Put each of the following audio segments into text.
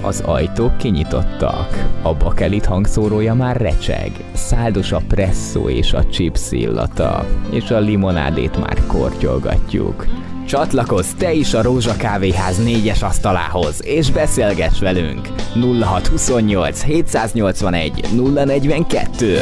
Az ajtók kinyitottak, a bakelit hangszórója már recseg, száldos a presszó és a chips illata, és a limonádét már kortyolgatjuk. Csatlakozz te is a Rózsa Kávéház 4-es asztalához, és beszélgess velünk! 0628 781 042.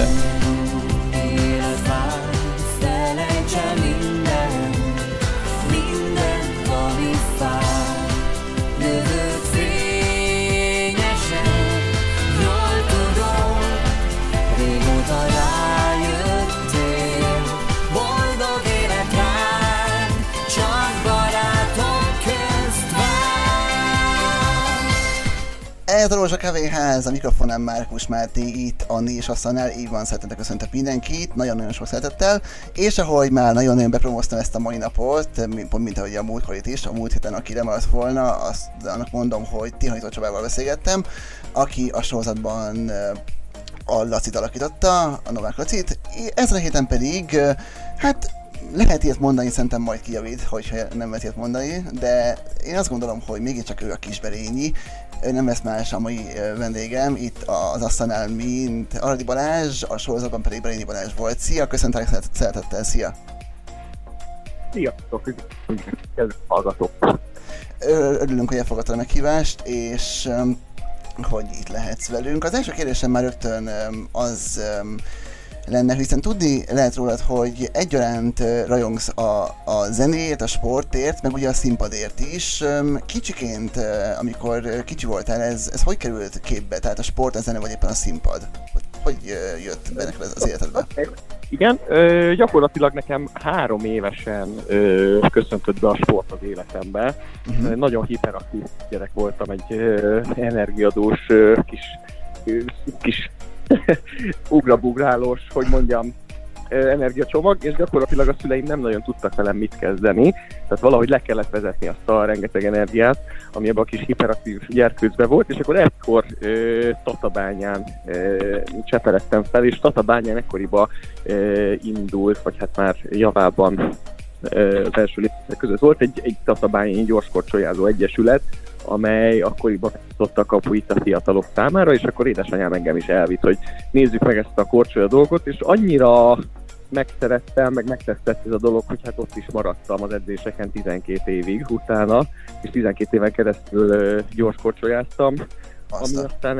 Ez a Rózsa Kávéház, a mikrofonán Márkus Máté, itt a 4-es asztalnál, így van, szeretettel köszöntök mindenkit, nagyon-nagyon sok szeretettel, és ahogy már nagyon-nagyon bepromóztam ezt a mai napot, pont mint ahogy a múltkorit is, a múlt héten aki lemaradt volna, azt annak mondom, hogy Tihanító Csabával beszélgettem, aki a sorozatban a Lacit alakította, a Novák Lacit, ezen a héten pedig, hát lehet ilyet mondani, szerintem majd kijavít, hogyha nem lehet ilyet mondani, de én azt gondolom, hogy mégiscsak ő a Kisberényi, nem lesz más a mai vendégem itt az asztalnál, mint Aradi Balázs, a sorozatban pedig Berényi Balázs volt. Szia, köszöntelek szeretettel, szia! Sziasztok, kedves hallgatók! Örülünk, hogy elfogadtad a meghívást, és hogy itt lehetsz velünk. Az első kérdésem már rögtön az lenne, hiszen tudni lehet rólad, hogy egyaránt rajongsz a zenéért, a sportért, meg ugye a színpadért is. Kicsiként, amikor kicsi voltál, ez hogy került képbe? Tehát a sport, a zene, vagy éppen a színpad? Hogy jött be neked az életedbe? Igen, gyakorlatilag nekem 3 évesen köszöntött be a sport az életembe. Nagyon hiperaktív gyerek voltam, egy energiadús kis ugrabugrálós, hogy mondjam, energiacsomag, és gyakorlatilag a szüleim nem nagyon tudtak velem mit kezdeni, tehát valahogy le kellett vezetni azt a rengeteg energiát, ami ebben a kis hiperaktív gyerkőcben volt, és akkor ekkor Tatabányán cseperedtem fel, és Tatabányán ekkoriban indult, vagy hát már javában az első lépések között volt egy tatabányi gyorskorcsolyázó egyesület, amely akkoriban nyitotta a kapuit a fiatalok számára, és akkor édesanyám engem is elvitt, hogy nézzük meg ezt a korcsolya dolgot, és annyira megszerettem, meg megtetszett ez a dolog, hogy hát ott is maradtam az edzéseken 12 évig utána, és 12 éven keresztül gyorskorcsolyáztam, ami aztán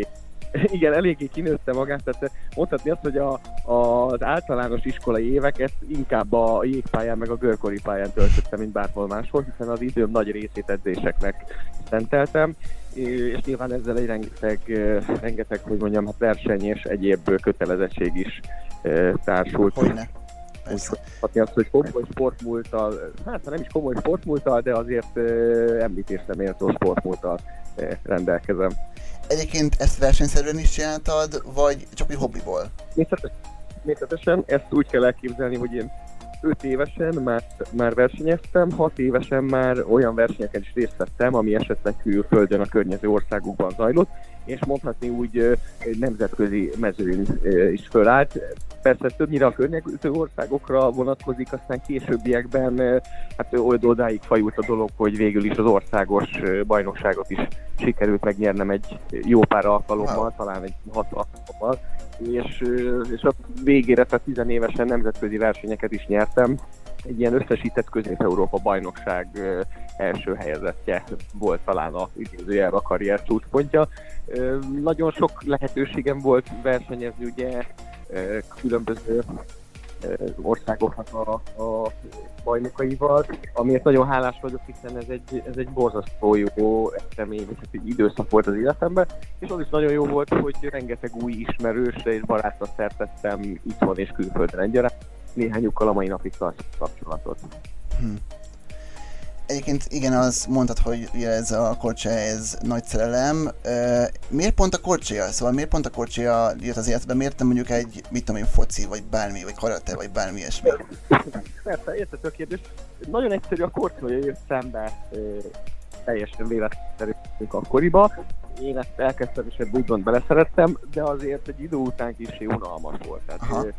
eléggé kinőtte magát, tehát mondhatni azt, hogy az általános iskolai éveket inkább a jégpályán meg a görkori pályán töltöttem, mint bárhol máshol, hiszen az időm nagy részét edzéseknek szenteltem, és nyilván ezzel egy rengeteg, hogy mondjam, hát verseny és egyéb kötelezettség is társult. Hogyne. Mondhatni azt, hogy komoly sportmúlttal, hát nem is komoly sportmúlttal, de azért említésre méltó sportmúlttal rendelkezem. Egyébként ezt versenyszerűen is csináltad, vagy csak úgy hobbiból? Méretesen ezt úgy kell elképzelni, hogy én 5 évesen már versenyeztem, 6 évesen már olyan versenyeken is részt vettem, ami esetleg külföldön a környező országokban zajlott, és mondhatni úgy nemzetközi mezőn is fölállt. Persze többnyire a környező országokra vonatkozik, aztán későbbiekben hát odáig fajult a dolog, hogy végül is az országos bajnokságot is sikerült megnyernem egy jó pár alkalommal, talán egy 6 alkalommal, és a végére, tehát 10 évesen nemzetközi versenyeket is nyertem. Egy ilyen összesített Közép-Európa bajnokság első helyezettje volt talán a idézőjelben a karrier csúcspontja. Nagyon sok lehetőségem volt versenyezni, ugye különböző országoknak a bajnokaival, amiért nagyon hálás vagyok, hiszen ez egy borzasztó jó esemény, és egy időszak volt az életemben, és az is nagyon jó volt, hogy rengeteg új ismerősre és barátra szertettem itthon és külföldön egyaránt, néhányukkal a mai napig kapcsolatot. Egyébként igen, azt mondtad, hogy ez a korcsolya, ez nagy szerelem. Miért pont a korcsolya? Szóval miért pont a korcsolya jött az életbe? Miért nem mondjuk egy, mit tudom én, foci, vagy bármi, vagy karate, vagy bármi ilyesmi? Persze, érthető a kérdés. Nagyon egyszerű, a korcsolya jött szembe teljesen véletlenül akkoriba. Én ezt elkezdtem, és ebben úgymond beleszerettem, de azért egy idő után kicsi unalmas volt. Tehát,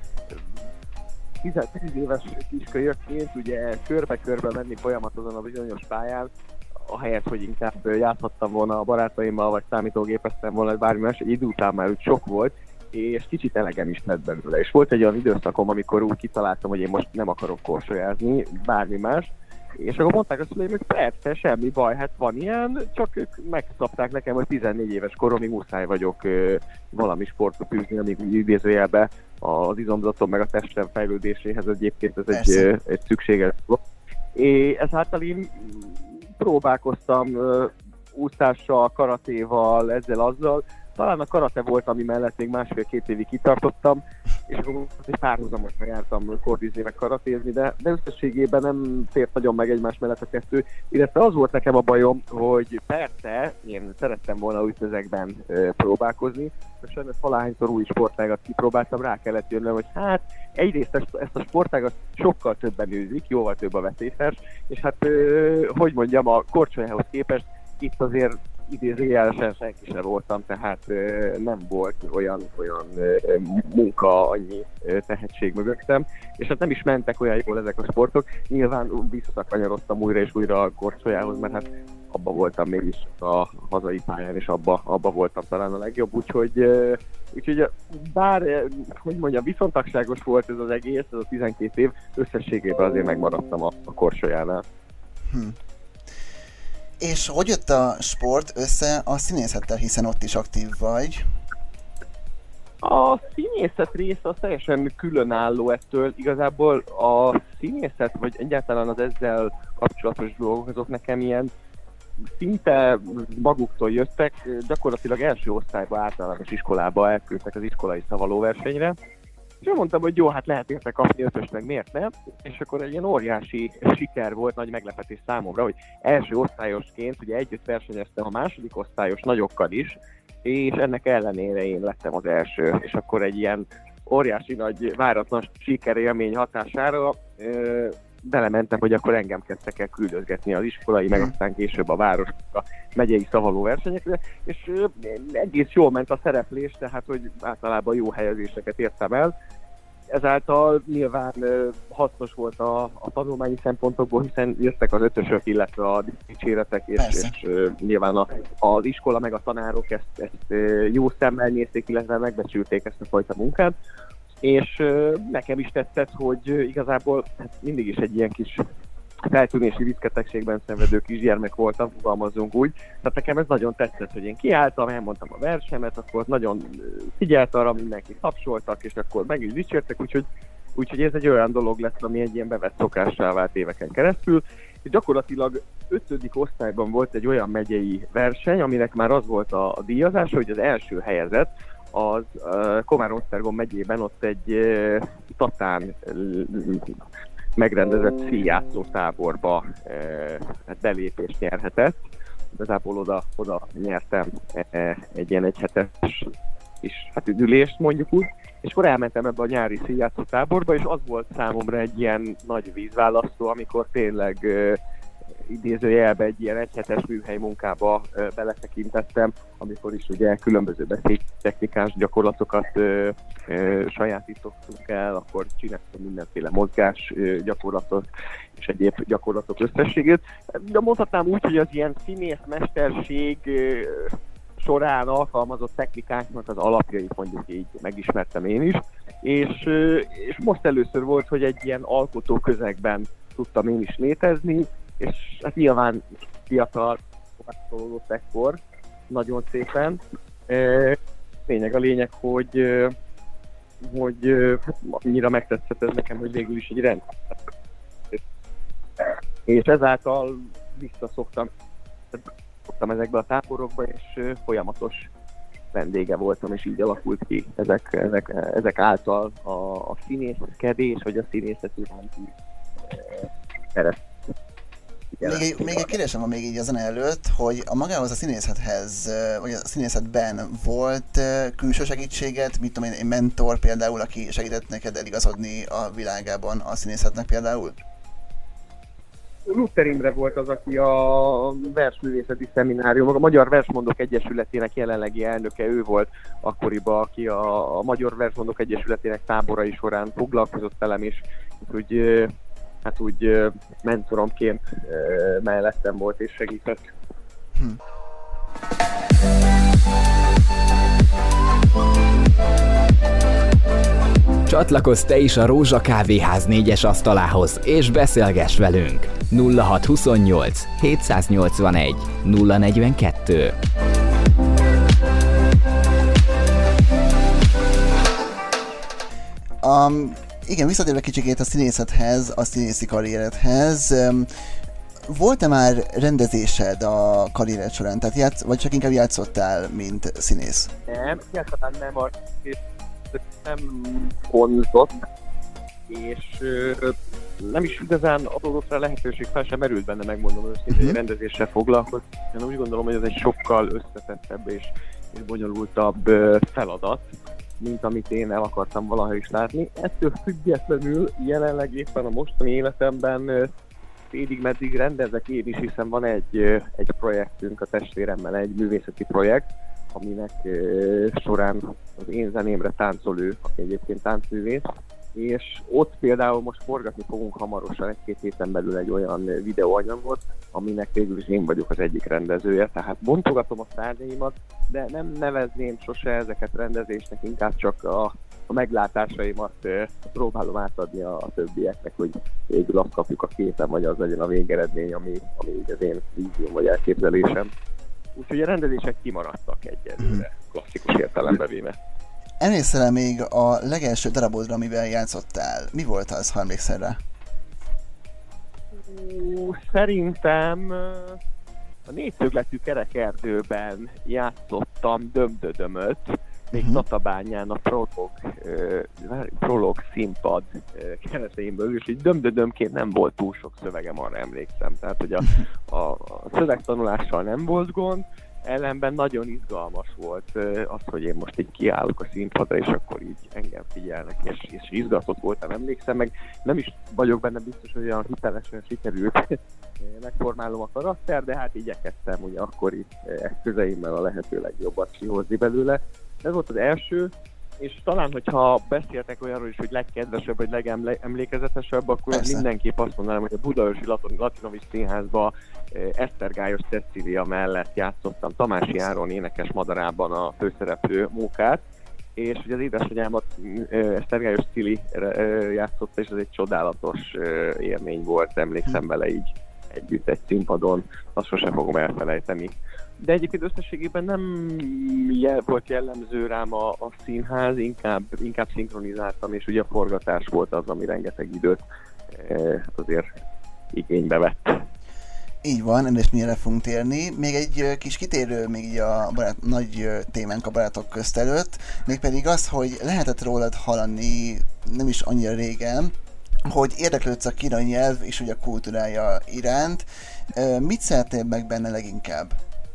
10 éves kiskölyökként ugye körbe-körbe menni folyamatosan a bizonyos pályán, ahelyett, hogy inkább játszhattam volna a barátaimmal, vagy számítógépeztem volna, bármi más, egy idő után már úgy sok volt, és kicsit elegem is lett belőle. És volt egy olyan időszakom, amikor úgy kitaláltam, hogy én most nem akarok korcsolyázni, bármi más, és akkor mondták a szüleim, hogy persze, semmi baj, hát van ilyen, csak ők megszabták nekem, hogy 14 éves koromig muszáj vagyok valami sportot űzni, amíg úgy idézőjelbe az izomzatom meg a testem fejlődéséhez egyébként ez egy szükséges dolog. És ezáltal én próbálkoztam úszással, karatéval, ezzel-azzal. Talán a karate volt, ami mellett még 1,5-2 évig kitartottam, és akkor egy párhuzamosan jártam kordizni meg karatézni, de összességében nem fért nagyon meg egymás mellett a kettő, illetve az volt nekem a bajom, hogy persze én szerettem volna új közegben próbálkozni, és sajnos valahányszor új sportágat kipróbáltam, rá kellett jönnöm, hogy hát egyrészt ezt a sportágat sokkal többen űzik, jóval több a veszélytárs, és hát hogy mondjam, a korcsolyához képest itt azért idézőjelesen senki sem voltam, tehát nem volt olyan munka, annyi tehetség mögöttem, és hát nem is mentek olyan jól ezek a sportok. Nyilván visszakanyarodtam újra és újra a korcsolyához, mert hát abba voltam mégis a hazai pályán, és abba voltam talán a legjobb, úgyhogy bár, hogy mondjam, viszontagságos volt ez az egész, ez a 12 év, összességében azért megmaradtam a korcsolyánál. És hogy jött a sport össze a színészettel, hiszen ott is aktív vagy? A színészet része az teljesen különálló ettől. Igazából a színészet, vagy egyáltalán az ezzel kapcsolatos dolgok, azok nekem ilyen szinte maguktól jöttek. Gyakorlatilag első osztályba, általános iskolába elküldtek az iskolai szavalóversenyre. És mondtam, hogy jó, hát lehet érte kapni 5-öst, meg miért nem? És akkor egy ilyen óriási siker volt, nagy meglepetés számomra, hogy első osztályosként ugye együtt versenyeztem a második osztályos nagyokkal is, és ennek ellenére én lettem az első. És akkor egy ilyen óriási nagy váratlan sikerélmény hatására belementem, hogy akkor engem kezdtek el küldözgetni az iskolai, meg aztán később a város, a megyei szavalóversenyekre, és egész jól ment a szereplés, tehát hogy általában jó helyezéseket értem el. Ezáltal nyilván hasznos volt a tanulmányi szempontokból, hiszen jöttek az 5-ösök, illetve a dicséretek, és nyilván az iskola meg a tanárok ezt jó szemmel nézték, illetve megbecsülték ezt a fajta munkát. És nekem is tetszett, hogy igazából hát mindig is egy ilyen kis feltűnési viszketegségben szenvedő kisgyermek voltam, fogalmazzunk úgy. Tehát nekem ez nagyon tetszett, hogy én kiálltam, elmondtam a versemet, akkor nagyon figyelt arra, mindenki tapsoltak, és akkor meg is dicsértek, úgyhogy ez egy olyan dolog lett, ami egy ilyen bevett szokássá vált éveken keresztül. És gyakorlatilag 5. osztályban volt egy olyan megyei verseny, aminek már az volt a díjazása, hogy az első helyezett, az Komárom-Esztergom megyében ott egy Tatán megrendezett színjátszó táborba belépést nyerhetett. Igazából oda nyertem egy ilyen egyhetes is, hát üdülést mondjuk úgy, és akkor elmentem ebbe a nyári színjátszó táborba, és az volt számomra egy ilyen nagy vízválasztó, amikor tényleg idézőjelbe egy ilyen egyhetes műhely munkába beletekintettem, amikor is ugye különböző beszédtechnikás gyakorlatokat sajátítottunk el, akkor csináltam mindenféle mozgás gyakorlatot és egyéb gyakorlatok összességét. De mondhatnám úgy, hogy az ilyen színész mesterség során alkalmazott technikáknak az alapjait mondjuk így megismertem én is, és most először volt, hogy egy ilyen alkotó közegben tudtam én is létezni, és hát nyilván fiatal továbbszólódott ekkor, nagyon szépen. A lényeg, hogy hát annyira megtetszett ez nekem, hogy végül is egy rend. És ezáltal visszaszoktam ezekbe a táborokba, és folyamatos vendége voltam, és így alakult ki ezek által a színészkedés, vagy a színészet iránti kereszt. Még egy kérdésem van még így a zene előtt, hogy a magához a színészethez, vagy a színészetben volt külső segítséget, mit tudom én, egy mentor például, aki segített neked eligazodni a világában a színészetnek például? Luther Imre volt az, aki a versművészeti szeminárium, a Magyar Versmondók Egyesületének jelenlegi elnöke, ő volt akkoriban, aki a Magyar Versmondók Egyesületének táborai során foglalkozott velem, és úgy hát úgy mentoromként mellettem volt és segített. Csatlakozz te is a Rózsa Kávéház 4-es asztalához, és beszélgess velünk! 0628 781 042. Igen, visszatérve kicsikét a színészethez, a színészi karrieredhez. Volt-e már rendezésed a karriered során? Tehát vagy csak inkább játszottál, mint színész? Nem, egyáltalán nem vonzott, és nem is igazán adódott rá lehetőség, fel sem merült benne, megmondom őszintén, hogy rendezéssel foglalkozni. Én úgy gondolom, hogy ez egy sokkal összetettebb és bonyolultabb feladat, mint amit én el akartam valaha is látni. Ettől függetlenül jelenleg éppen a mostani életemben félig-meddig rendezek én is, hiszen van egy projektünk a testvéremmel, egy művészeti projekt, aminek során az én zenémre táncol ő, aki egyébként táncművész, és ott például most forgatni fogunk hamarosan, 1-2 héten belül egy olyan videóanyagot, aminek végül is én vagyok az egyik rendezője, tehát bontogatom a szárnyaimat, de nem nevezném sose ezeket rendezésnek, inkább csak a meglátásaimat próbálom átadni a többieknek, hogy végül azt kapjuk a képen, vagy az legyen a végeredmény, ami az én vízióm vagy elképzelésem. Úgyhogy a rendezések kimaradtak egyelőre, klasszikus értelembe véve. Emlékszel még a legelső darabodra, amivel játszottál? Mi volt az, ha emlékszel rá? Szerintem a Négyszögletű kerekerdőben játszottam Dömdödömöt, még Tatabányán a prolog színpad kereteimből, és így Dömdödömként nem volt túl sok szövegem, arra emlékszem. Tehát, hogy a szövegtanulással nem volt gond, ellenben nagyon izgalmas volt az, hogy én most így kiállok a színpadra, és akkor így engem figyelnek, és izgatott voltam, emlékszem, meg nem is vagyok benne biztos, hogy olyan hitelesen sikerült megformálom a karakter, de hát igyekeztem ugye akkori eszközeimmel a lehető legjobbat kihozni belőle. Ez volt az első, és talán, hogyha beszéltek olyanról is, hogy legkedvesebb, vagy legemlékezetesebb, akkor persze, mindenképp azt mondanám, hogy a Budaörsi Latinovis Színházban Esztergályos Cecília mellett játszottam Tamási Áron énekes madarában a főszereplő Mókát, és ugye az édesanyámat Esztergályos Cili játszotta, és ez egy csodálatos élmény volt, emlékszem vele így együtt egy színpadon, azt sosem fogom elfelejteni. De egyébként összességében nem volt jellemző rám a színház, inkább szinkronizáltam, és ugye a forgatás volt az, ami rengeteg időt azért igénybe vett. Így van, ennél is mindjárt fogunk térni. Még egy kis kitérő még így a nagy témánk a barátok közt előtt, mégpedig az, hogy lehetett rólad hallani nem is annyira régen, hogy érdeklődsz a kínai nyelv és ugye a kultúrája iránt. Mit szeretnél meg benne leginkább?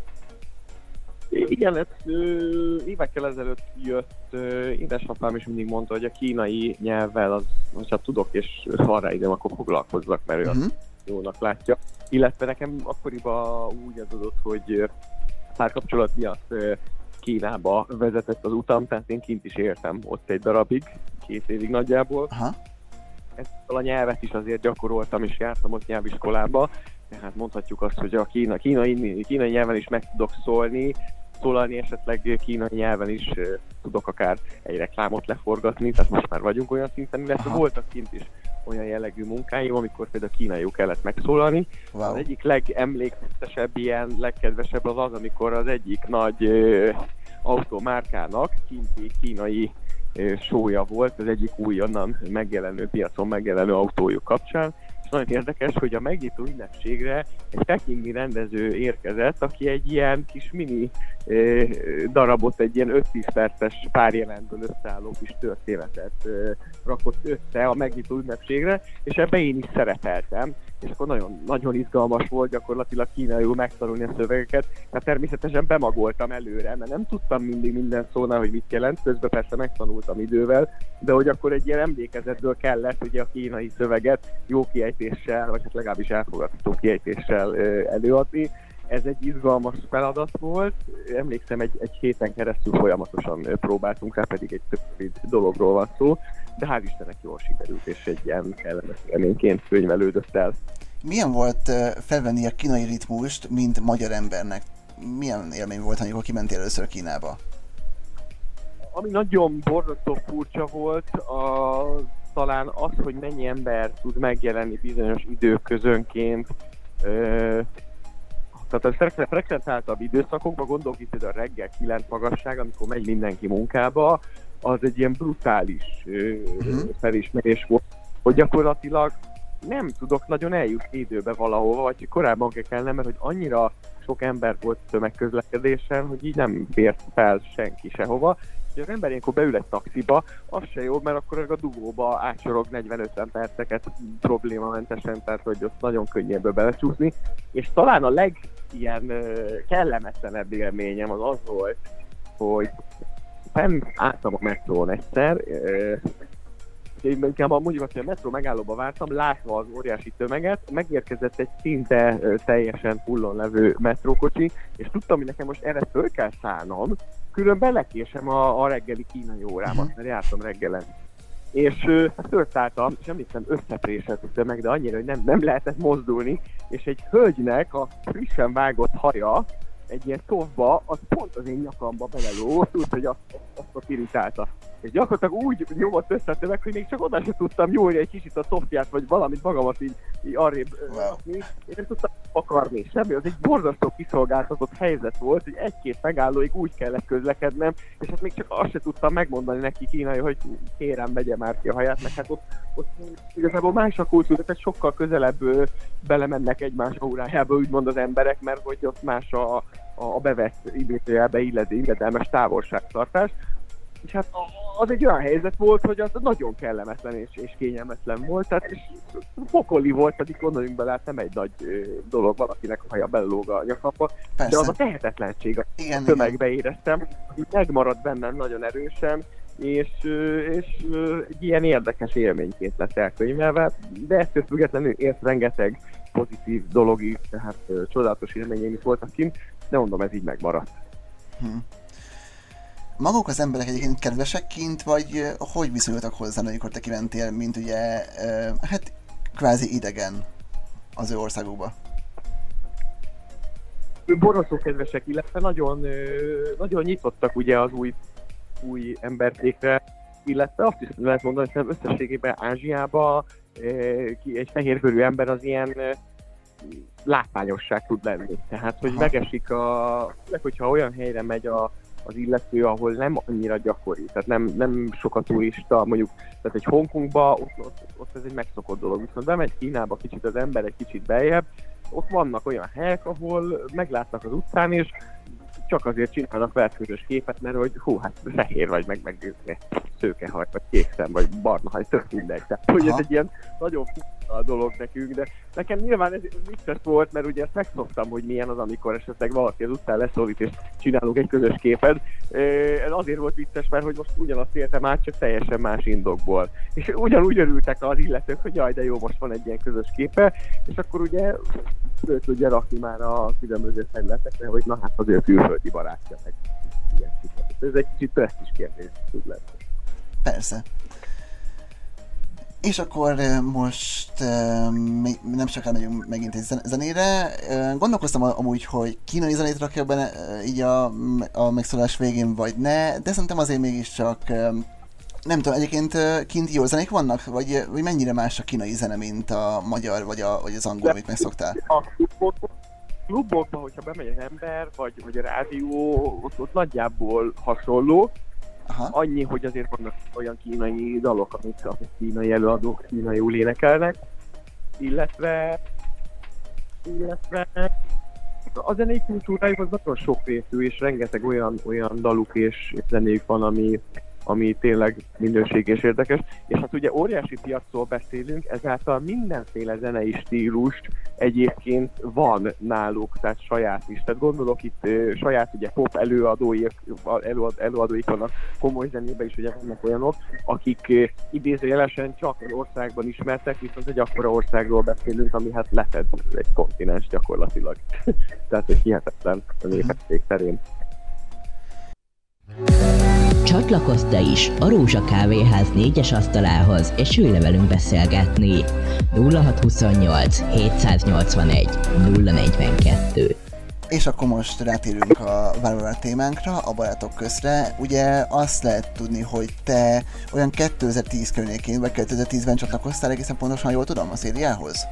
Igen, ez évekkel ezelőtt jött, édesapám is mindig mondta, hogy a kínai nyelvvel ha tudok és van rá időm, akkor foglalkozzak, mert ő azt jónak látja. Illetve nekem akkoriban úgy adódott, hogy párkapcsolat miatt Kínába vezetett az utam, tehát én kint is éltem ott egy darabig, 2 évig nagyjából. Ezt a nyelvet is azért gyakoroltam, és jártam ott nyelviskolába, tehát mondhatjuk azt, hogy a kínai nyelven is meg tudok szólalni, esetleg kínai nyelven is tudok akár egy reklámot leforgatni, tehát most már vagyunk olyan szinten, illetve voltak kint is olyan jellegű munkáim, amikor például kínaiul kellett megszólalni. Wow. Az egyik legemlékezetesebb, ilyen legkedvesebb az, amikor az egyik nagy autómárkának kinti kínai show-ja volt, az egyik újonnan piacon megjelenő autójuk kapcsán. És nagyon érdekes, hogy a megnyitó ünnepségre egy pekingi rendező érkezett, aki egy ilyen kis mini darabot, egy ilyen 5-10 perces párjelentből összeálló kis történetet rakott össze a megnyitó ünnepségre, és ebbe én is szerepeltem. És akkor nagyon, nagyon izgalmas volt gyakorlatilag kínaiul megtanulni a szövegeket, mert természetesen bemagoltam előre, mert nem tudtam mindig minden szónál, hogy mit jelent, közben persze megtanultam idővel, de hogy akkor egy ilyen emlékezetből kellett ugye a kínai szöveget jó kiejtéssel, vagy hát legalábbis elfogadható kiejtéssel előadni, Ez egy izgalmas feladat volt. Emlékszem, egy héten keresztül folyamatosan próbáltunk rá, pedig egy több dologról van szó, de hál' Istennek jól sikerült, és egy ilyen kellemes élményként könyvelődött el. Milyen volt felvenni a kínai ritmust, mint magyar embernek? Milyen élmény volt, amikor kimentél először Kínába? Ami nagyon borzasztó furcsa volt, talán az, hogy mennyi ember tud megjelenni bizonyos időközönként. Tehát a frekventáltabb időszakokban, gondolok itt a reggel 9 magasság, amikor megy mindenki munkába, az egy ilyen brutális felismerés volt, hogy gyakorlatilag nem tudok nagyon eljutni időbe valahova, vagy korábban kellene, mert hogy annyira sok ember volt tömegközlekedésen, hogy így nem fért fel senki sehova. És az ember ilyenkor beül egy taxiba, az se jó, mert akkor a dugóba átsorog 40-50 perceket problémamentesen, tehát hogy ott nagyon könnyű ebből belecsúszni. És talán a legilyen kellemetlenebb élményem az volt, hogy álltam a metrón egyszer, én inkább mondjuk azt, hogy a metró megállóba vártam, látva az óriási tömeget, megérkezett egy szinte teljesen fullon levő metrókocsi, és tudtam, hogy nekem most erre föl kell szállnom, különben lekésem a reggeli kínai órámat, mert jártam reggelen. És fölszálltam, és emlékszem, összeprésett a tömeg, de annyira, hogy nem lehetett mozdulni, és egy hölgynek a frissen vágott haja, egy ilyen tovba, az pont az én nyakamba belelógott, úgyhogy azt irritálta. És gyakorlatilag úgy nyomott össze a tömeg, hogy még csak oda sem tudtam nyúlni egy kicsit a szofját, vagy valamit magamat így arrébb rakni. Én nem tudtam akarni semmi, az egy borzasztó kiszolgáltatott helyzet volt, hogy egy-két megállóig úgy kellett közlekednem, és hát még csak azt sem tudtam megmondani neki kínai, hogy kérem, vegye már ki a haját, meg hát ott igazából más a kultúra, tehát sokkal közelebb belemennek egymás órájába, úgymond az emberek, mert hogy ott más a bevett időjelbe illedelmes távolságtartás. És hát az egy olyan helyzet volt, hogy az nagyon kellemetlen és kényelmetlen volt, tehát és pokoli volt, pedig gondoljunk bele, hát nem egy nagy dolog valakinek a haja belelóg a nyakamba, de az a tehetetlenség, a tömegbe éreztem, így megmaradt bennem nagyon erősen, és egy ilyen érdekes élményként lett elkönyvelve, de ettől függetlenül ért rengeteg pozitív dolog is, tehát csodálatos élményeim is voltak kint, de mondom, ez így megmaradt. Maguk az emberek egyébként kedvesek kint, vagy hogy viszonyultak hozzá, amikor te kimentél, mint ugye, hát kvázi idegen az ő országukba? Borzasztó kedvesek, illetve nagyon nyitottak ugye az új embertékre, illetve azt is lehet mondani, hogy összességében Ázsiában egy fehérkörű ember az ilyen látványosság tud lenni. Tehát, hogy megesik hogyha olyan helyre megy az illető, ahol nem annyira gyakori, tehát nem sok a turista, mondjuk, tehát egy Hongkongba, ott ez egy megszokott dolog, viszont bemegy Kínába kicsit az ember egy kicsit beljebb, ott vannak olyan helyek, ahol meglátnak az utcán, és csak azért csinálnak veled közös képet, mert hogy hát fehér vagy, meg szőkehaj, vagy kékszem, vagy barna haj, tök mindegy. Tehát, hogy ez egy ilyen nagyon fura dolog nekünk, de nekem nyilván ez vicces volt, mert ugye ezt megszoktam, hogy milyen az, amikor esetleg valaki az utcán leszólít, és csinálunk egy közös képet. Ez azért volt vicces, mert hogy most ugyanazt éltem át, csak teljesen más indokból. És ugyanúgy örültek az illetők, hogy jaj, de jó, most van egy ilyen közös képe, és akkor ugye ő tudja rakni már a különböző területekre, hogy na hát az ő külföldi barátja meg. Ez egy kicsit presztízs kérdés tud lenni. Persze. És akkor most nem sokára megyünk megint egy zenére. Gondolkoztam amúgy, hogy kínai zenét rakja benne így a megszólás végén, vagy ne, de szerintem azért mégiscsak nem tudom, egyébként kint jó zenék vannak? Vagy mennyire más a kínai zene, mint a magyar, vagy az angol, amit megszoktál? A klubokban, hogyha bemegy egy ember, vagy a rádió, ott nagyjából hasonló. Aha. Annyi, hogy azért vannak olyan kínai dalok, amit a kínai előadók kínaiul énekelnek, illetve a zenei kultúrájuk az nagyon sokrétű, és rengeteg olyan daluk és zenéjük van, ami tényleg minőségi és érdekes. És hát ugye óriási piacról beszélünk, ezáltal mindenféle zenei stílust egyébként van náluk, tehát saját is. Tehát gondolok itt saját ugye pop előadóik vannak, komoly zenében is ugye vannak olyanok, akik idézőjelesen csak az országban ismertek, viszont egy akkora országról beszélünk, ami hát lefed egy kontinens gyakorlatilag. Tehát egy hihetetlen a népesség terén. Csatlakozz te is a Rózsa Kávéház 4-es asztalához, és ülj le velünk beszélgetni. 0628 781 042. És akkor most rátérünk a válogató témánkra, a barátok közre. Ugye azt lehet tudni, hogy te olyan 2010 környékén, vagy 2010-ben csatlakoztál, egészen pontosan jól tudom, a szériához?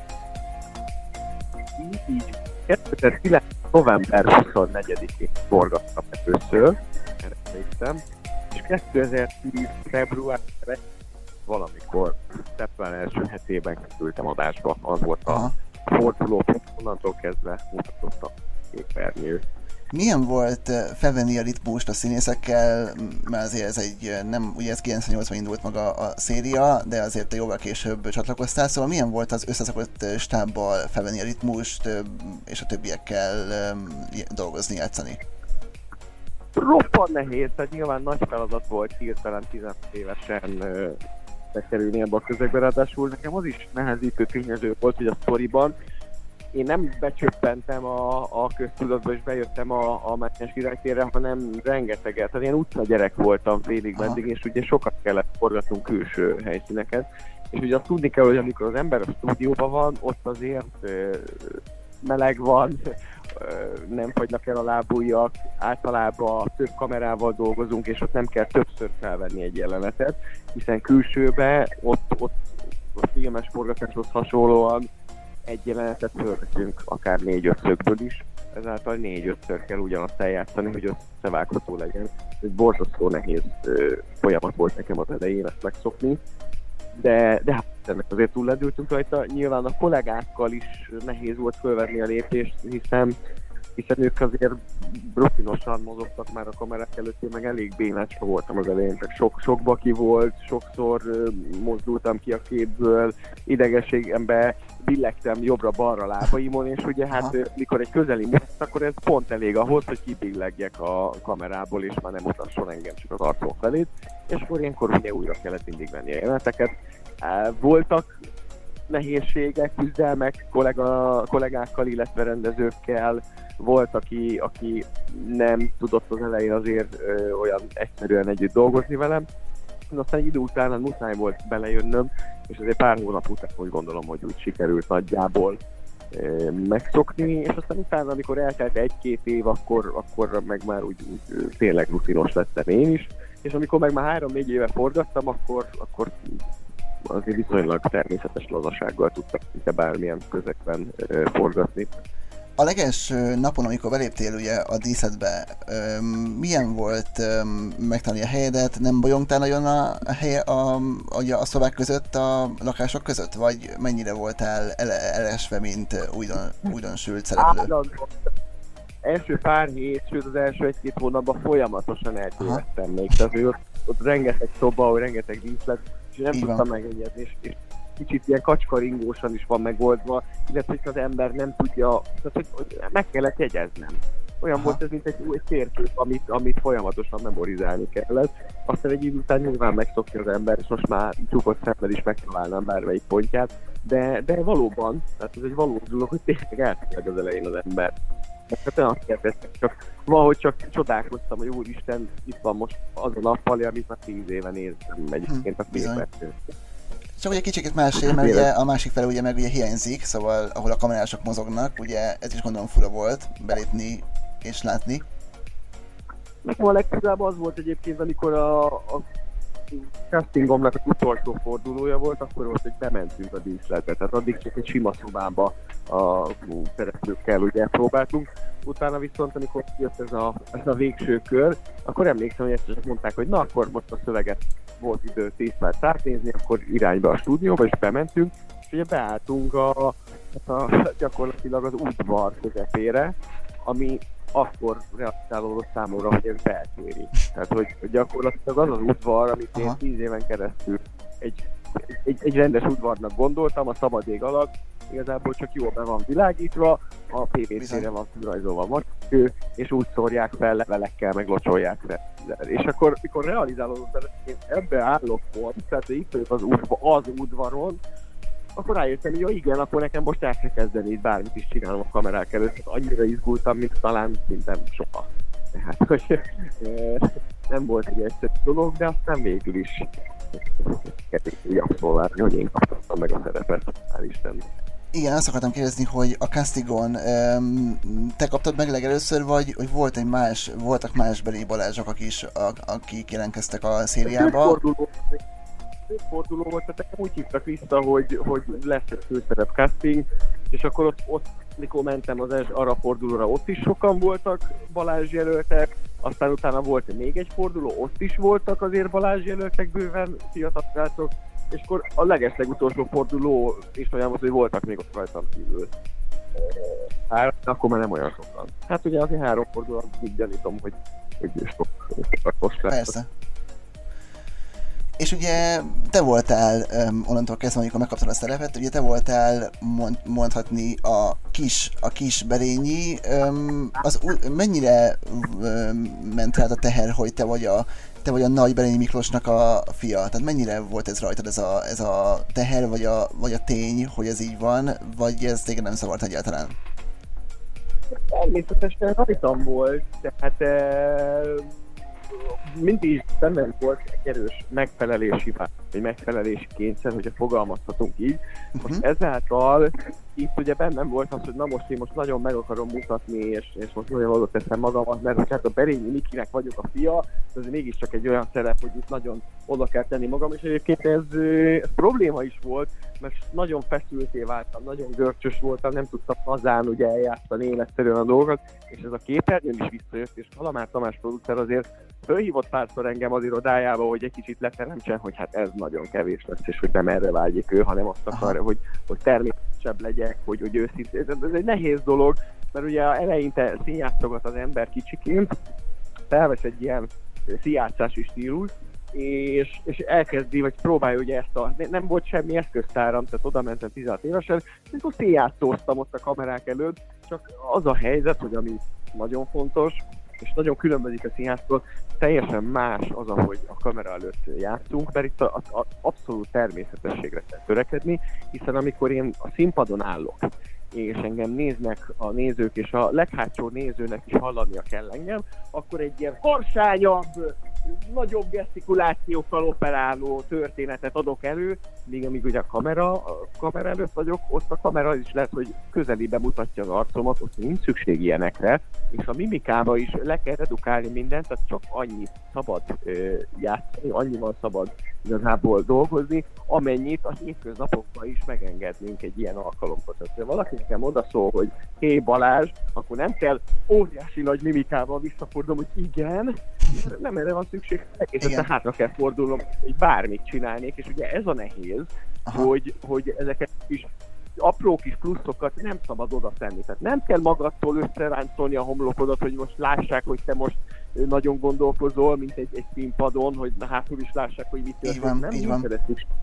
Így. 2009. november 24-én forgattam először, erre emlékszem, és 2010. február valamikor szeptember első hetében kerültem adásba. Az volt a forduló, onnantól kezdve mutatott a képernyő. Milyen volt felvenni a ritmust a színészekkel, mert azért ez nem, ugye ez 98-ban indult maga a széria, de azért te jóval később csatlakoztál, szóval milyen volt az összeszokott stábbal felvenni a ritmust, és a többiekkel dolgozni, játszani? Roppant nehéz, tehát nyilván nagy feladat volt hirtelen 15 évesen bekerülni ebbe a közegbe, ráadásul nekem az is nehezítő tényező volt, hogy a sztoriban én nem becsöppentem a köztudatba, és bejöttem a Mátyás királytérre, hanem rengeteget. Tehát ilyen utcagyerek voltam félig meddig, és ugye sokat kellett forgatnunk külső helyszíneket. És ugye azt tudni kell, hogy amikor az ember a stúdióban van, ott azért meleg van, nem fagynak el a lábujjak, általában több kamerával dolgozunk, és ott nem kell többször felvenni egy jelenetet, hiszen külsőbe, ott a filmes forgatáshoz hasonlóan egy jelenetet fölveszünk akár 4-5 szögből is, ezáltal 4-5-ször kell ugyanazt eljátszani, hogy összevágható legyen. Ez borzasztó nehéz folyamat volt nekem az elején ezt megszokni, de hát ennek azért túllendültünk rajta. Nyilván a kollégákkal is nehéz volt fölvenni a lépést, hiszen ők azért rutinosan mozogtak már a kamerák előtt, én meg elég bénácska voltam az elején, sok baki volt, sokszor mozdultam ki a képből, idegességembe billegtem jobbra-balra lábaimon, és ugye hát mikor egy közeli mutat, akkor ez pont elég ahhoz, hogy kibillegjek a kamerából, és már nem mutasson engem csak az arcom felét, és akkor ilyenkor ugye újra kellett mindig venni a jeleneteket. Voltak nehézségek, küzdelmek kollégákkal, illetve rendezőkkel. Volt, aki nem tudott az elején azért olyan egyszerűen együtt dolgozni velem. Aztán egy idő után muszáj volt belejönnöm, és azért pár hónap után úgy gondolom, hogy úgy sikerült nagyjából megszokni, és aztán utána, amikor eltelt 1-2 év, akkor meg már úgy tényleg rutinos lettem én is, és amikor meg már 3-4 éve forgattam, akkor azért viszonylag természetes lazasággal tudtam szinte bármilyen közegben forgatni. A legelső napon, amikor beléptél ugye a díszletbe, milyen volt megtalálni a helyedet? Nem bolyongtál nagyon a szobák között, a lakások között? Vagy mennyire voltál elesve, mint újdonsült szereplő? Első pár hét, sőt az első 1-2 hónapban folyamatosan eltévedtem még. Tehát ott rengeteg szoba, rengeteg díszlet, és nem tudtam megegyezni, és kicsit ilyen kacskaringósan is van megoldva, illetve hogy az ember nem tudja, tehát hogy meg kellett jegyeznem. Olyan volt ez, mint egy térkép, amit folyamatosan memorizálni kellett. Aztán egy idő után nyilván megszokja az ember, és most már csukott szemmel is megtalálnám bármelyik pontját, de valóban, tehát ez egy valós dolog, hogy tényleg eltűnik az elején az ember. Hát olyan kérdeztem, csak valahogy csak csodálkoztam, hogy úristen, itt van most az a nappali, amit már 10 éve néztem egyébként a képernyőn. Csak ugye kicsit másé, mert ugye a másik fele ugye meg ugye hiányzik, szóval ahol a kamerások mozognak, ugye ez is gondolom fura volt belépni és látni. Nekem a legfurább az volt egyébként, amikor a castingomnak az utolsó fordulója volt, akkor volt, hogy bementünk a díszletbe, tehát addig csak egy sima szobába a szereplőkkel ugye próbáltunk. Utána viszont, amikor jött ez a végső kör, akkor emlékszem, hogy ezt mondták, hogy na akkor most a szöveget volt idő 10 perc átnézni, akkor irányba a stúdióba, és bementünk, és ugye beálltunk gyakorlatilag az udvar közepére, ami akkor realizálódott számomra, hogy ez beltéri. Tehát, hogy gyakorlatilag az az udvar, amit én 10 éven keresztül egy rendes udvarnak gondoltam, a szabad ég alatt, igazából csak jól be van világítva, a PVC-re van rajzolva macskő, és úgy szórják fel levelekkel, meg locsolják fel. És akkor, mikor realizálódott bele, én ebbe állok volt, tehát itt vagyok az udvaron, akkor rájöttem, hogy igen, akkor nekem most el kell kezdeni itt bármit is csinálnom a kamerák előtt. Annyira izgultam, mint talán szinten soha. Tehát, hogy nem volt egy egyszerű dolog, de aztán végül is kezdték úgy abszolválni, hogy én kaptam meg a szerepet. Hál' Istennek. Igen, azt akartam kérdezni, hogy a castingon te kaptad meg legelőször, vagy hogy voltak más beli Balázsok, akik jelentkeztek a szériába? Forduló volt, tehát nekem úgy hívtak vissza, hogy lesz egy főszerep casting, és akkor ott mikor mentem arra a fordulóra, ott is sokan voltak Balázs jelöltek, aztán utána volt még egy forduló, ott is voltak azért Balázs jelöltek bőven fiatal srácok, és akkor a legeslegutolsó forduló is olyan volt, hogy voltak még ott rajtam kívül. Akkor már nem olyan sokan. Hát ugye azért 3 forduló, úgy gyanítom, hogy sok lesz. Persze. És ugye te voltál, onnantól kezdve, amikor megkaptad a szerepet, ugye te voltál mondhatni a kis Berényi. Mennyire ment rád a teher, hogy te vagy a nagy Berényi Miklósnak a fia? Tehát mennyire volt ez rajtad ez a teher, vagy a tény, hogy ez így van, vagy ez téged nem zavart egyáltalán? Természetesen rajtam volt, tehát mindig bennem volt egy erős megfelelési vágy, egy megfelelési kényszer, hogyha fogalmazhatunk így. Most ezáltal itt ugye bennem volt az, hogy na most én nagyon meg akarom mutatni, és most nagyon oda teszem magamat, mert hát a Berényi Mikinek vagyok a fia, ez mégiscsak egy olyan szerep, hogy itt nagyon oda kell tenni magam, és egyébként ez probléma is volt, mert nagyon feszülté váltam, nagyon görcsös voltam, nem tudtam hazán ugye eljátszani életszerűen a dolgot, és ez a képernyőn is visszajött, és Kalamár Tamás producer azért fölhívott párszor engem az irodájába, hogy egy kicsit leteremtsen, hogy hát ez nagyon kevés lesz, és hogy nem erre vágyik ő, hanem azt akarja, hogy természetesebb legyek, hogy őszintén. Ez egy nehéz dolog, mert ugye eleinte színjátszogat az ember kicsiként, felvesz egy ilyen színjátszási stílus, és elkezdi, vagy próbálja ugye nem volt semmi eszköztáram, tehát oda mentem 16 évesen, és akkor színjátszóztam ott a kamerák előtt, csak az a helyzet, hogy ami nagyon fontos, és nagyon különbözik a színjátszól, teljesen más az, ahogy a kamera előtt játszunk, mert itt az abszolút természetességre kell törekedni, hiszen amikor én a színpadon állok, és engem néznek a nézők, és a leghátsó nézőnek is hallania kell engem, akkor egy ilyen harsányabb, nagyobb gesztikulációkkal operáló történetet adok elő, míg amíg ugye a kamera előtt vagyok, ott a kamera is lehet, hogy közelébe mutatja az arcomat, ott nincs szükség ilyenekre, és a mimikába is le kell redukálni mindent, tehát csak annyit szabad játszani, annyival szabad igazából dolgozni, amennyit a hétköznapokban is megengednénk egy ilyen alkalomkor. Tehát ha valaki nekem odaszól, hogy hé Balázs, akkor nem kell óriási nagy mimikával visszafordulnom, hogy igen, nem erre van szükség, egészen hátra kell fordulnom, hogy bármit csinálnék, és ugye ez a nehéz, hogy ezeket is apró kis pluszokat nem szabad oda tenni. Tehát nem kell magadtól összeráncolni a homlokodat, hogy most lássák, hogy te most nagyon gondolkozol, mint egy színpadon, hogy hátul is lássák, hogy mit történik. Így van.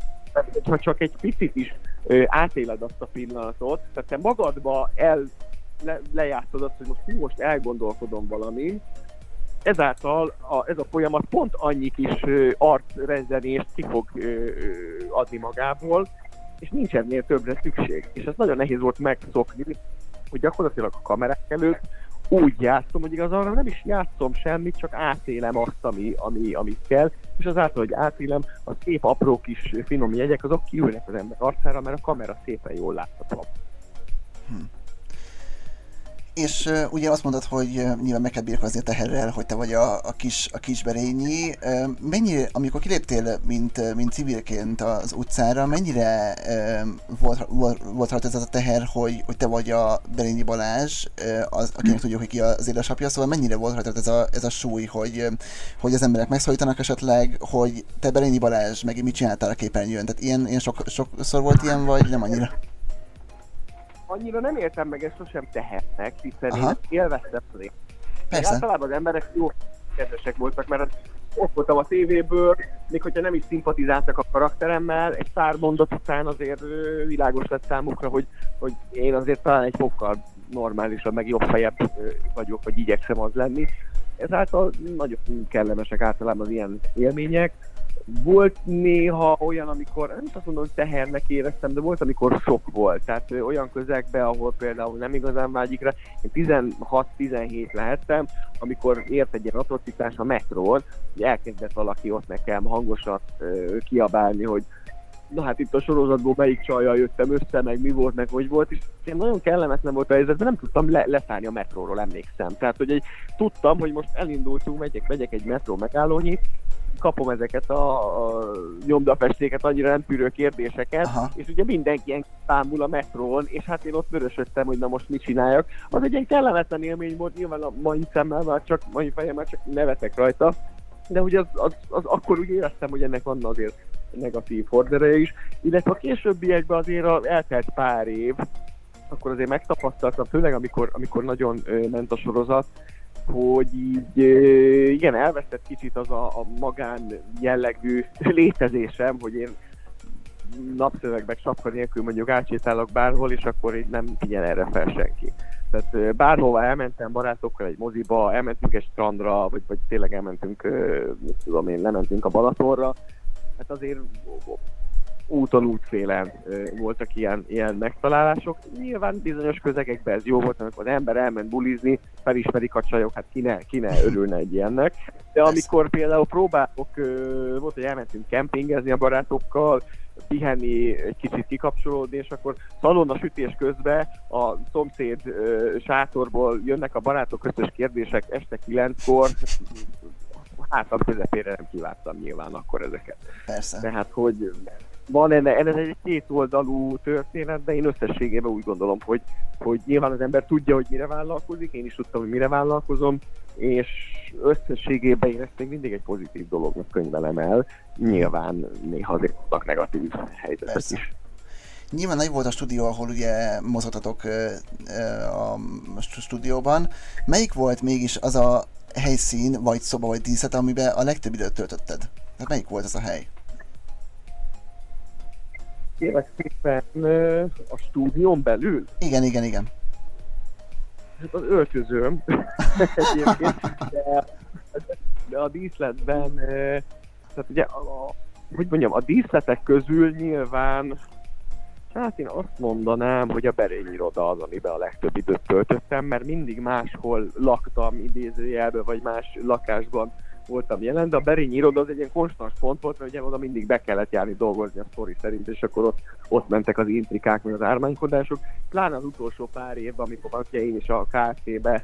Ha csak egy picit is átéled azt a pillanatot, tehát te magadba lejátszod azt, hogy most elgondolkodom valami, ezáltal ez a folyamat pont annyi kis arcrendzenést ki fog adni magából, és nincs ennél többre szükség. És ez nagyon nehéz volt megszokni, hogy gyakorlatilag a kamerák előtt úgy játszom, hogy igazából nem is játszom semmit, csak átélem azt, amit kell, és azáltal, hogy átélem, a szép apró kis finom jegyek, azok kiülnek az ember arcára, mert a kamera szépen jól látható. És ugye azt mondod, hogy nyilván meg kell birkozni a teherrel, hogy te vagy a kis Berényi. Mennyire, amikor kiléptél, mint civilként az utcára, mennyire volt rajta ez a teher, hogy te vagy a Berényi Balázs, akinek tudjuk, hogy ki az édesapja, szóval mennyire volt rajta ez a súly, hogy az emberek megszólítanak esetleg, hogy te Berényi Balázs, meg mit csináltál a képernyőn? Tehát ilyen sokszor volt ilyen, vagy nem annyira? Annyira nem értem meg ezt sosem tehetnek, hiszen én élveztem az Persze. Általában az emberek jó kedvesek voltak, mert ott voltam a tévéből, még hogyha nem is szimpatizáltak a karakteremmel, egy pár mondat után azért világos lett számukra, hogy én azért talán egy fokkal normálisabb, meg jobb fejebb vagyok, vagy igyekszem az lenni. Ezáltal nagyon kellemesek általában az ilyen élmények. Volt néha olyan, amikor, nem azt mondom, hogy tehernek éreztem, de volt, amikor sok volt. Tehát olyan közegben, ahol például nem igazán vágyik rá. Én 16-17 lehettem, amikor ért egy ilyen atrocitás a metrón, hogy elkezdett valaki ott nekem hangosan kiabálni, hogy na hát itt a sorozatból melyik csajjal jöttem össze, meg mi volt, meg hogy volt, és én nagyon kellemetlen volt a helyzet, mert nem tudtam leszállni a metróról, emlékszem. Tehát, hogy tudtam, hogy most elindultunk, megyek egy metró megállónyit, kapom ezeket a nyomdafestéket, annyira nem tűrő kérdéseket, aha, és ugye mindenki ilyen támul a metrón, és hát én ott vörösödtem, hogy na most mit csináljak. Az egy ilyen kellemetlen élmény volt, nyilván a mai fejemmel csak nevetek rajta, de ugye az akkor úgy éreztem, hogy ennek van azért negatív hordereje is, illetve a későbbiekben azért eltelt pár év, akkor azért megtapasztaltam, főleg amikor nagyon ment a sorozat, hogy így igen, elvesztett kicsit az a magán jellegű létezésem, hogy én napszövegben sapka nélkül mondjuk átsétálok bárhol, és akkor így nem figyel erre fel senki. Tehát bárhova elmentem barátokkal egy moziba, elmentünk egy strandra, vagy tényleg elmentünk, lementünk a Balatonra, hát azért úton útfélen voltak ilyen megtalálások. Nyilván bizonyos közegekben ez jó volt, amikor az ember elment bulizni, felismerik a csajok, hát ki ne örülne egy ilyennek. De amikor például próbálok, volt, hogy elmentünk kempingezni a barátokkal, pihenni, egy kicsit kikapcsolódni, és akkor szalonna sütés közben a szomszéd sátorból jönnek a barátok közös kérdések este 9-kor, hátam közepére nem kívántam nyilván akkor ezeket. persze. Tehát, hogy van ez egy kétoldalú történet, de én összességében úgy gondolom, hogy nyilván az ember tudja, hogy mire vállalkozik, én is tudtam, hogy mire vállalkozom, és összességében én ezt még mindig egy pozitív dolognak könyvelem el. Nyilván néha azért vannak negatív helyzetek Persze. is. Nyilván nagy volt a stúdió, ahol ugye mozogtatok a stúdióban. Melyik volt mégis az a helyszín, vagy szoba, vagy díszlet, amiben a legtöbb időt töltötted? Tehát melyik volt ez a hely? Kérlek szépen a stúdión belül? Igen. Hát az öltözőm egyébként, de a díszletben, tehát ugye a díszletek közül nyilván, hát én azt mondanám, hogy a Berényiroda az, amiben a legtöbb időt töltöttem, mert mindig máshol laktam idézőjelben, vagy más lakásban voltam jelen, de a Berényiroda az egy ilyen konstans pont volt, mert ugye oda mindig be kellett járni dolgozni a sztori szerint, és akkor ott mentek az intrikák, meg az ármánykodások. Pláne az utolsó pár évben, amikor én is a KFT-be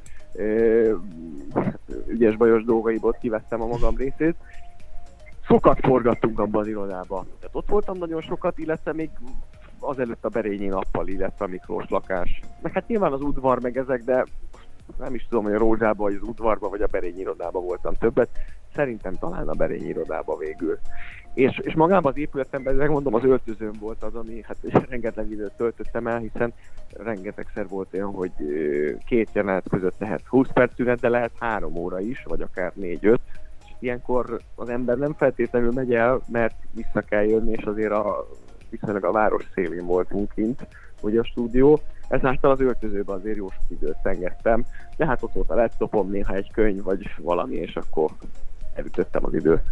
ügyes bajos dolgaiból kivettem a magam részét, sokat forgattunk abban az irodában. Tehát ott voltam nagyon sokat, illetve még azelőtt a Berényi nappal, illetve a Miklós lakás. Meg hát nyilván az udvar meg ezek, de nem is tudom, hogy a Rózsában, vagy az udvarban, vagy a Berényi irodában voltam többet. Szerintem talán a Berényi irodában végül. És magában az épületemben, megmondom, az öltözőm volt az, ami hát rengeteg időt töltöttem el, hiszen rengetegszer volt olyan, hogy két jelenet között lehet 20 perc szünet, de lehet 3 óra is, vagy akár 4-5. És ilyenkor az ember nem feltétlenül megy el, mert vissza kell jönni, és azért viszonylag a város szélén voltunk kint, ugye a stúdió. Ezáltal az öltözőben azért jó sok időt engedtem, de hát ott volt a laptopom, néha egy könyv vagy valami, és akkor elütöttem az időt.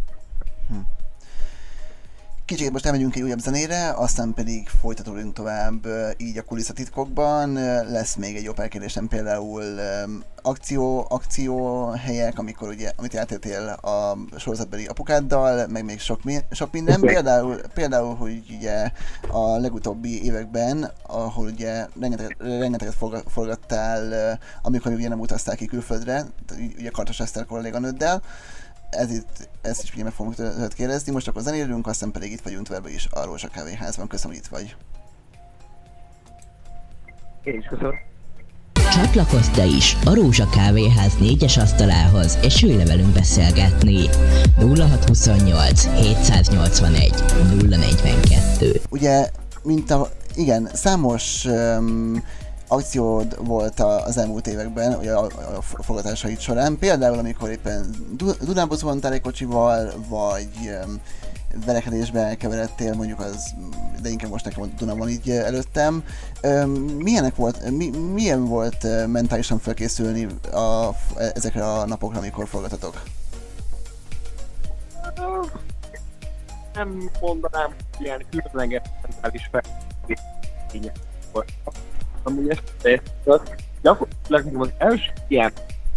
Kicsit most elmegyünk egy újabb zenére, aztán pedig folytatódunk tovább így a kulisszatitkokban. Lesz még egy operkérdésem, például akcióhelyek, amikor ugye, amit eltértél a sorozatbeli apukáddal, meg még sok minden. Például, hogy ugye a legutóbbi években, ahol ugye rengeteget forgattál, amikor ugye nem utaztál ki külföldre, ugye Kartos Eszter kolléganőddel. Ezt is ugye meg fogunk tőled kérdezni, most akkor zenélünk, aztán pedig itt vagyunk továbbra is a Rózsa Kávéházban. Köszönöm, hogy itt vagy. Én is köszönöm. Csatlakozz te is a Rózsa Kávéház 4-es asztalához, és ülj le velünk beszélgetni. 0628 781 042. Ugye, számos akciód volt az elmúlt években, ugye a forgatásaid során. Például, amikor éppen Dunába zuhantál egy kocsival, vagy verekedésbe elkeveredtél, mondjuk az, de inkább most nekem a Duna van így előttem. Milyen volt mentálisan felkészülni ezekre a napokra, amikor forgatatok? Nem mondanám, hogy ilyen különleges mentális felkészülés volt. Amúgy gyakorlatilag az első ilyen...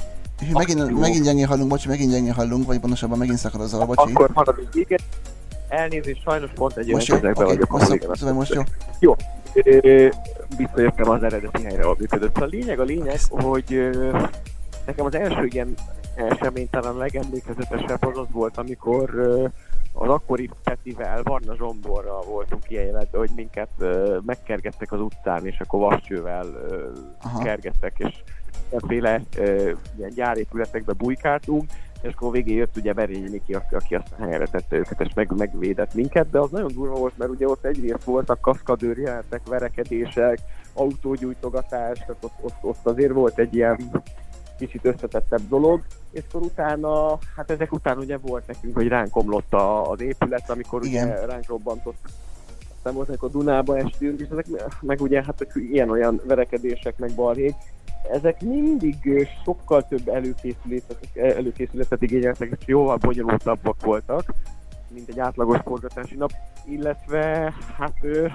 Megint gyengén hallunk, vagy pontosabban megint szakadozol, bocsi. Akkor marad egy véget. Elnézést, sajnos pont egy olyan közegben vagyok. Most jó. Jó. Visszajöttem az eredeti helyre, ahol működött. A lényeg, hogy nekem az első ilyen eseménytelen legemlékezetesebb az volt, amikor az akkori Petivel, Varna Zsomborral voltunk kijelentve, hogy minket megkergettek az utcán, és akkor vascsővel kergettek, és mindenféle ilyen gyárépületekbe bujkáltunk, és akkor végén jött ugye Berényi Miki, aki aztán helyre tette őket, és megvédett minket, de az nagyon durva volt, mert ugye ott egyrészt voltak kaszkadőr jelenetek, verekedések, autógyújtogatás, tehát ott azért volt egy ilyen kicsit összetettebb dolog, és akkor utána, hát ezek után ugye volt nekünk, hogy ránk omlott az épület, amikor ugye ránk robbantott. Aztán volt, amikor Dunába estünk, és ezek meg ugye hát ilyen-olyan verekedések, meg balhék, ezek mindig sokkal több előkészületet igényeltek, és jóval bonyolultabbak voltak, mint egy átlagos forgatási nap, illetve hát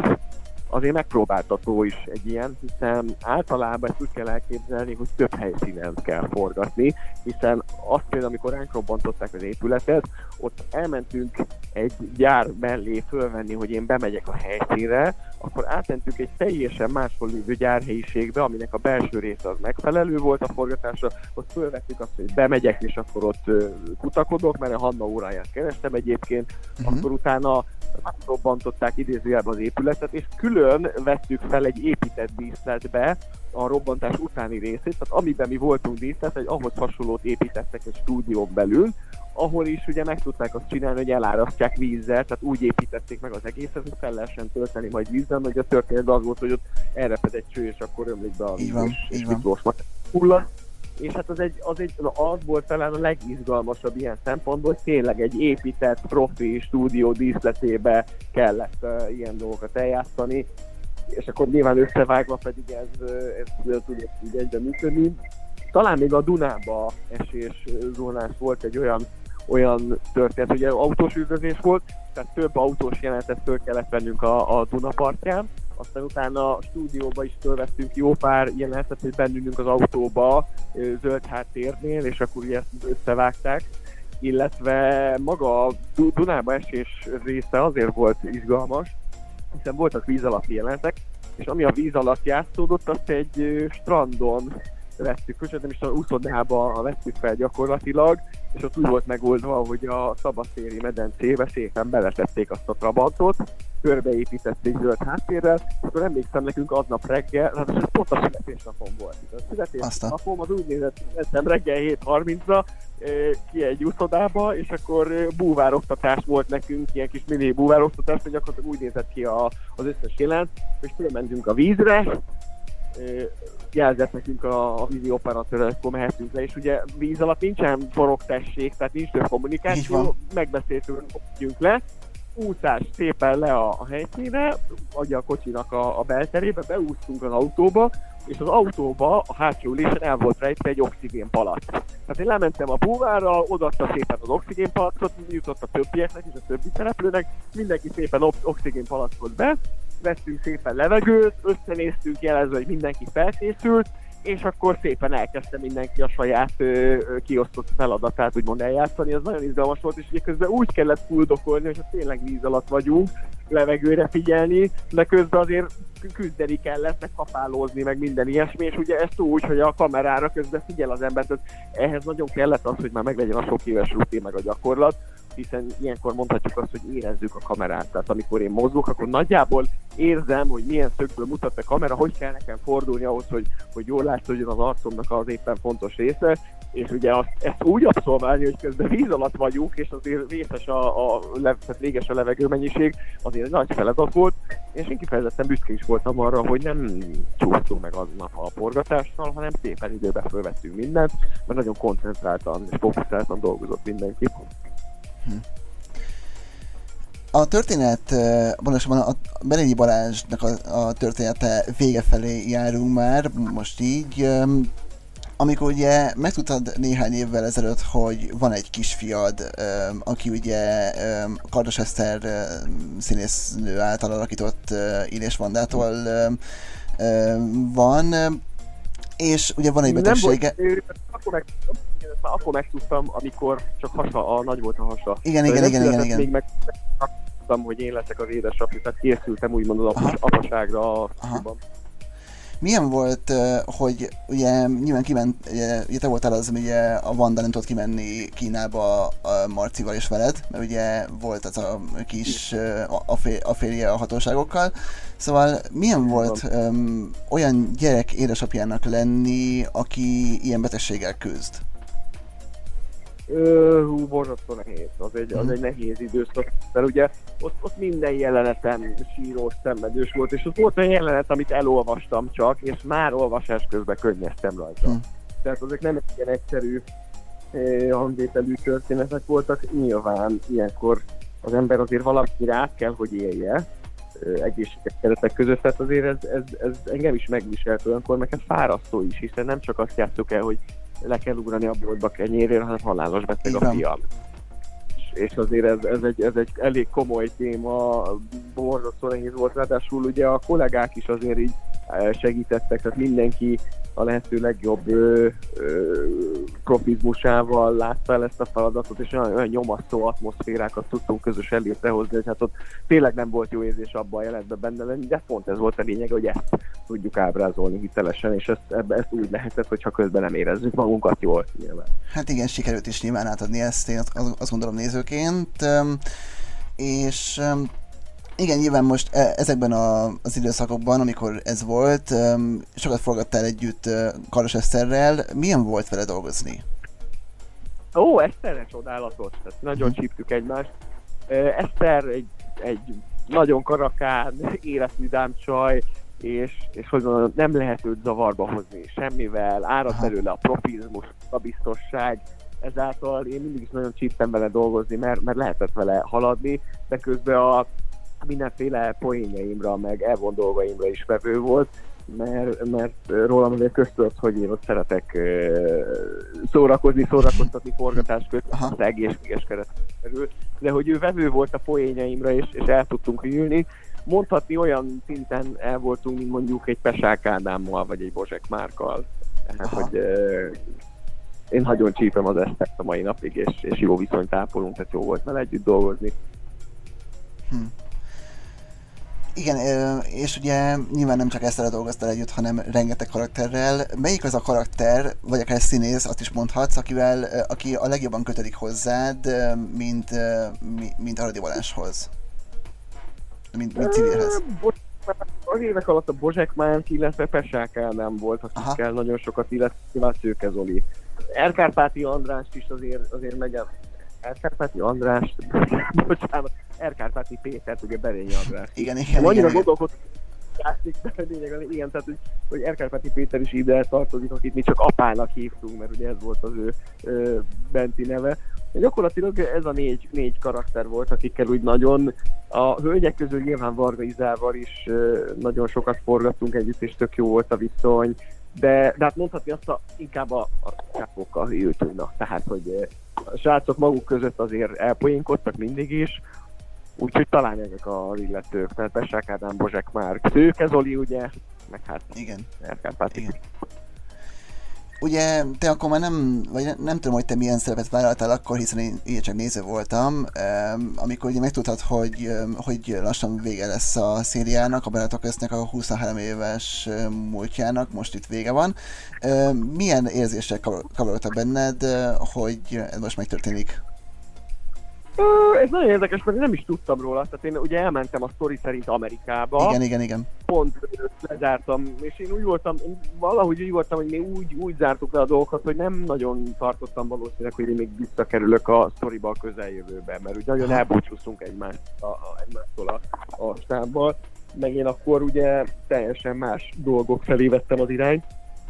azért megpróbáltató is egy ilyen, hiszen általában ezt úgy kell elképzelni, hogy több helyszínen kell forgatni, hiszen azt például, amikor ránk robbantották az épületet, ott elmentünk egy gyár mellé fölvenni, hogy én bemegyek a helyszínre, akkor átmentünk egy teljesen máshol lévő gyárhelyiségbe, aminek a belső része az megfelelő volt a forgatásra, ott fölvettük azt, hogy bemegyek, és akkor ott kutakodok, mert a Hanna óráját kerestem egyébként, akkor utána robbantották idézőjelben az épületet, és külön vettük fel egy épített díszletbe a robbantás utáni részét, tehát amiben mi voltunk díszlet, egy ahhoz hasonlót építettek egy stúdión belül, ahol is ugye meg tudták azt csinálni, hogy elárasztják vízzel, tehát úgy építették meg az egészet, hogy fel lehessen tölteni majd vízzel, hogy a történetben az volt, hogy ott elreped egy cső, és akkor ömlik be a víz, és miklós hulla. És hát az volt talán a legizgalmasabb ilyen szempontból, hogy tényleg egy épített profi stúdió díszletébe kellett ilyen dolgokat eljátszani, és akkor nyilván összevágva pedig ez tudott így egybe működni. Talán még a Dunába esés zónás volt egy olyan történet, ugye autós üldözés volt, tehát több autós jelenetet föl kellett vennünk a Duna partján, aztán utána a stúdióba is fölvettünk jó pár jelenetet, hogy bennülünk az autóba zöld háttérnél, és akkor ugye ezt összevágták, illetve maga a Dunába esés része azért volt izgalmas, hiszen voltak víz alatti jelenetek, és ami a víz alatt játszódott, azt egy strandon vettük föl, nem is a úszodába vettük fel gyakorlatilag, és ott úgy volt megoldva, hogy a szabadtéri medencébe szépen beletették azt a trabantot, körbeépítették zöld háttérrel, akkor emlékszem nekünk aznap reggel, hát ez pont a születésnapom volt. A születésnapom az úgy nézett, hogy reggel 7:30-ra ki egy úszodába, és akkor búvároktatás volt nekünk, ilyen kis mini búvároktatás, hogy gyakorlatilag úgy nézett ki az összes jelent, és fölmentünk a vízre, jelzett nekünk a vízi operatőr, akkor mehetünk le, és ugye víz alatt nincsen forogtesség, tehát nincs több kommunikáció, megbeszéltünk, hogy megyünk le, úszás szépen le a helyszínre, vagy a kocsinak a belterébe, beúsztunk az autóba, és az autóba a hátsó ülésen el volt rejtve egy oxigénpalack. Tehát én lementem a búvárral, odaadta szépen az oxigénpalackot, jutott a többieknek és a többi szereplőnek, mindenki szépen oxigénpalackot be, vettünk szépen levegőt, összenéztünk jelezve, hogy mindenki felkészült, és akkor szépen elkezdte mindenki a saját kiosztott feladatát úgymond eljátszani. Ez nagyon izgalmas volt, és ugye közben úgy kellett fuldokolni, hogyha tényleg víz alatt vagyunk, levegőre figyelni, de közben azért küzdeni kellett, meg kapálózni, meg minden ilyesmi, és ugye ezt úgy, hogy a kamerára közben figyel az ember, tehát ehhez nagyon kellett az, hogy már meglegyen a sok éves rutin, meg a gyakorlat, hiszen ilyenkor mondhatjuk azt, hogy érezzük a kamerát. Tehát amikor én mozgok, akkor nagyjából érzem, hogy milyen szögből mutat a kamera, hogy kell nekem fordulni ahhoz, hogy jól látszódjon az arcomnak az éppen fontos része, és ugye ezt úgy abszolválni, hogy közben víz alatt vagyunk, és azért vészes tehát véges a levegőmennyiség, azért egy nagy feladat volt, és én kifejezetten büszke is voltam arra, hogy nem csúsztunk meg aznap a forgatással, hanem szépen időbe fölvettünk mindent, mert nagyon koncentráltan és fókuszáltan dolgozott mindenki. A történet, pontosabban a Berényi Balázsnak a története vége felé járunk már, most így. Amikor ugye megtudtad néhány évvel ezelőtt, hogy van egy kisfiad, aki ugye Kardos Eszter színésznő által alakított Illés Vandától van, és ugye van egy betegsége. Akkor megtudtam, amikor csak nagy volt a hasa. Igen. Még megtudtam, hogy én leszek az édesapja, tehát készültem úgymond az apaságra a Milyen volt, hogy ugye nyilván ugye te voltál az, ugye a Vanda nem tudott kimenni Kínába a Marcival és veled, mert ugye volt az a kis afférje a hatóságokkal. Szóval milyen volt olyan gyerek édesapjának lenni, aki ilyen betegséggel küzd? Borzasztó nehéz. Az egy nehéz időszak, mert ugye ott minden jelenetem sírós, szenvedős volt, és ott volt olyan jelenet, amit elolvastam csak, és már olvasás közben könnyeztem rajta. Tehát azok nem ilyen egyszerű hangvételű történetek voltak. Nyilván ilyenkor az ember azért valamire át kell, hogy élje egészséges keretek között, tehát azért ez engem is megviselt olyankor, meg ez fárasztó is, hiszen nem csak azt játsszuk el, hogy le kell ugrani a boltba kenyérért, hanem halálos beteg a fiam. És azért ez egy elég komoly téma, borzasztó nehéz volt, ráadásul ugye a kollégák is azért így segítettek, tehát mindenki a lehető legjobb profizmusával látta el ezt a feladatot, és olyan nyomasztó atmoszférákat tudtunk közös létrehozni, hogy hát ott tényleg nem volt jó érzés abban a jelenetben benne lenni, de pont ez volt a lényeg, hogy ezt tudjuk ábrázolni hitelesen, és ezt úgy lehetett, hogyha közben nem érezzük magunkat jól. Nyilván. Hát igen, sikerült is nyilván átadni ezt, én azt gondolom nézőként, és igen, nyilván most ezekben az időszakokban, amikor ez volt, sokat forgattál együtt Kardos Eszterrel. Milyen volt vele dolgozni? Eszterre csodálatos, tehát nagyon csíptük egymást. Eszter egy nagyon karakán, életvidám csaj, és hogy mondjam, nem lehet őt zavarba hozni semmivel, árad belőle a profizmus, a biztosság, ezáltal én mindig is nagyon csíptem vele dolgozni, mert lehetett vele haladni, de közben a mindenféle poénjaimra, meg elvont dolgaimra is vevő volt, mert rólam azért köztudott, hogy én ott szeretek szórakoztatni forgatás között, az egészséges keretről, de hogy ő vevő volt a poénjaimra, és el tudtunk ülni. Mondhatni olyan szinten el voltunk, mint mondjuk egy Pesák Ádámmal, vagy egy Bozsek Márkkal. Tehát, hogy én nagyon csípem az Esztert a mai napig, és jó viszonyt ápolunk, tehát jó volt vele együtt dolgozni. Igen, és ugye nyilván nem csak Eszterrel dolgoztál együtt, hanem rengeteg karakterrel. Melyik az a karakter, vagy akár színész, azt is mondhatsz, aki a legjobban kötődik hozzád, mint Aradi Balázshoz? Mint civilhez? Az évek alatt a Bozsek Márk, illetve Pesák Ádám volt, akikkel nagyon sokat, illetve Szőke Zoli. Erkárpáti Andrást is azért Erkárpáti Andrást, bocsánat, Erkárpáti Pétert, ugye Berényi Andrást. Igen. Annyira gondolkodtunk, de igen, tehát hogy Erkárpáti Péter is ide tartozik, akit mi csak apának hívtunk, mert ugye ez volt az ő benti neve. Gyakorlatilag ez a négy karakter volt, akikkel úgy nagyon, a hölgyek közül nyilván Varga Izával is nagyon sokat forgattunk együtt, és tök jó volt a viszony, de hát mondhatni azt inkább a srácokkal ültünk, tehát hogy a srácok maguk között azért elpoénkodtak mindig is, úgyhogy talán ezek az illetők, tehát Pesák Ádám, Bozsek Márk, Szőke Zoli, ugye, meg hát Erkárpáti. Ugye te akkor már nem tudom, hogy te milyen szerepet vállaltál akkor, hiszen én csak néző voltam, amikor ugye megtudtad, hogy lassan vége lesz a szériának, a Barátok Köztnek a 23 éves múltjának, most itt vége van. Milyen érzések kavarodtak benned, hogy ez most megtörténik? Ez nagyon érdekes, mert én nem is tudtam róla. Tehát én ugye elmentem a sztori szerint Amerikába. Igen. Pont lezártam, és én valahogy úgy voltam, hogy mi úgy zártuk le a dolgokat, hogy nem nagyon tartottam valószínűleg, hogy én még visszakerülök a sztoriba a közeljövőbe, mert ugye nagyon elbúcsúztunk egymástól a stábbal, meg én akkor ugye teljesen más dolgok felé vettem az irányt.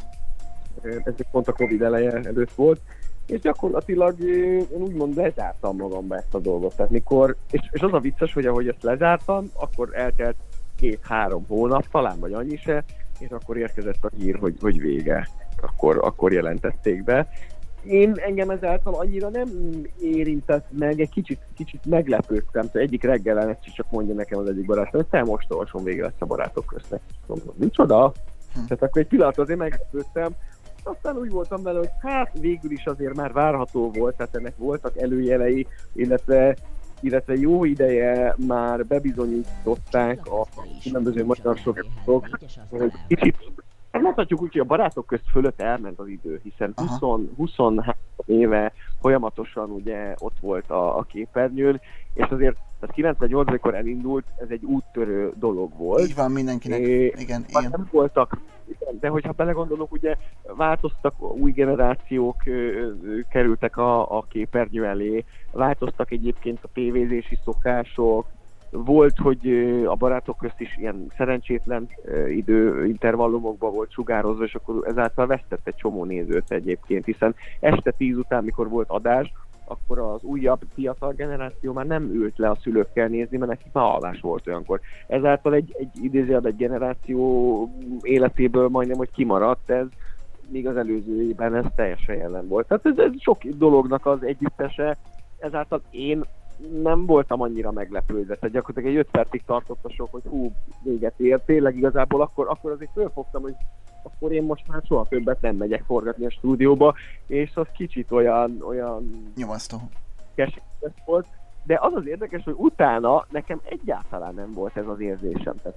Ez pont a Covid eleje előtt volt. És gyakorlatilag én úgymond lezártam magamba ezt a dolgot. Tehát és az a vicces, hogy ahogy ezt lezártam, akkor eltelt 2-3 hónap, talán vagy annyi se, és akkor érkezett a hír, hogy vége. Akkor jelentették be. Engem ezáltal annyira nem érintett meg, egy kicsit meglepődtem. Tehát egyik reggelen ezt csak mondja nekem az egyik barátom, hogy te most olvasom, vége lesz a barátok között. Mondom, micsoda? Tehát akkor egy pillanat azért meglepődtem. Aztán úgy voltam vele, hogy hát végül is azért már várható volt, tehát ennek voltak előjelei, illetve jó ideje már bebizonyították a különböző magyar sorozatok, hogy kicsit, mondhatjuk úgy, hogy a barátok közt fölött elment az idő, hiszen 23 éve folyamatosan ugye ott volt a képernyőn, és azért tehát 98 amikor elindult, ez egy úttörő dolog volt. Így van mindenkinek, igen. Nem voltak, de hogyha belegondolok, ugye változtak, új generációk kerültek a képernyő elé, változtak egyébként a tévézési szokások, volt, hogy a barátok közt is ilyen szerencsétlen időintervallumokban volt sugározva, és akkor ezáltal vesztett egy csomó nézőt egyébként, hiszen este 10 után, mikor volt adás, akkor az újabb fiatal generáció már nem ült le a szülőkkel nézni, mert nekik már alvás volt olyankor. Ezáltal egy idézőjelben egy generáció életéből majdnem, hogy kimaradt ez, míg az előző évben ez teljesen jelen volt. Tehát ez sok dolognak az együttese, ezáltal én nem voltam annyira meglepődve. Tehát gyakorlatilag egy 5 percig tartott a sok, hogy véget ért. Tényleg igazából akkor azért fölfogtam, hogy akkor én most már soha többet nem megyek forgatni a stúdióba, és az kicsit olyan nyomasztó keserűs volt. De az az érdekes, hogy utána nekem egyáltalán nem volt ez az érzésem. Tehát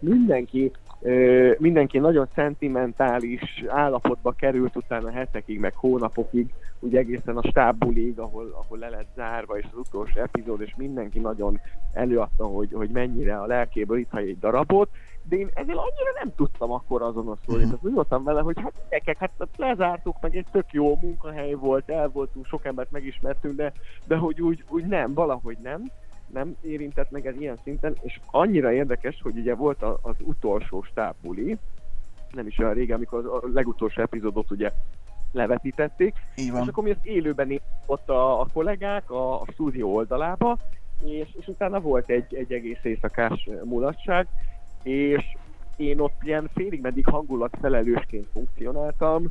mindenki nagyon szentimentális állapotba került utána hetekig, meg hónapokig, ugye egészen a stábbulig, ahol le lett zárva, és az utolsó epizód, és mindenki nagyon előadta, hogy mennyire a lelkéből itt hagy egy darabot, de én ezzel annyira nem tudtam akkor azonosulni. Tehát úgy voltam vele, hogy hát lezártuk, meg egy tök jó munkahely volt, el voltunk, sok embert megismertünk, de hogy úgy nem, valahogy nem érintett meg ez ilyen szinten, és annyira érdekes, hogy ugye volt az utolsó stábbuli, nem is olyan régen, amikor a legutolsó epizódot ugye levetítették, és akkor mi ezt élőben ott a kollégák a stúdió oldalába, és utána volt egy egész éjszakás mulatság, és én ott ilyen félig meddig hangulatfelelősként funkcionáltam,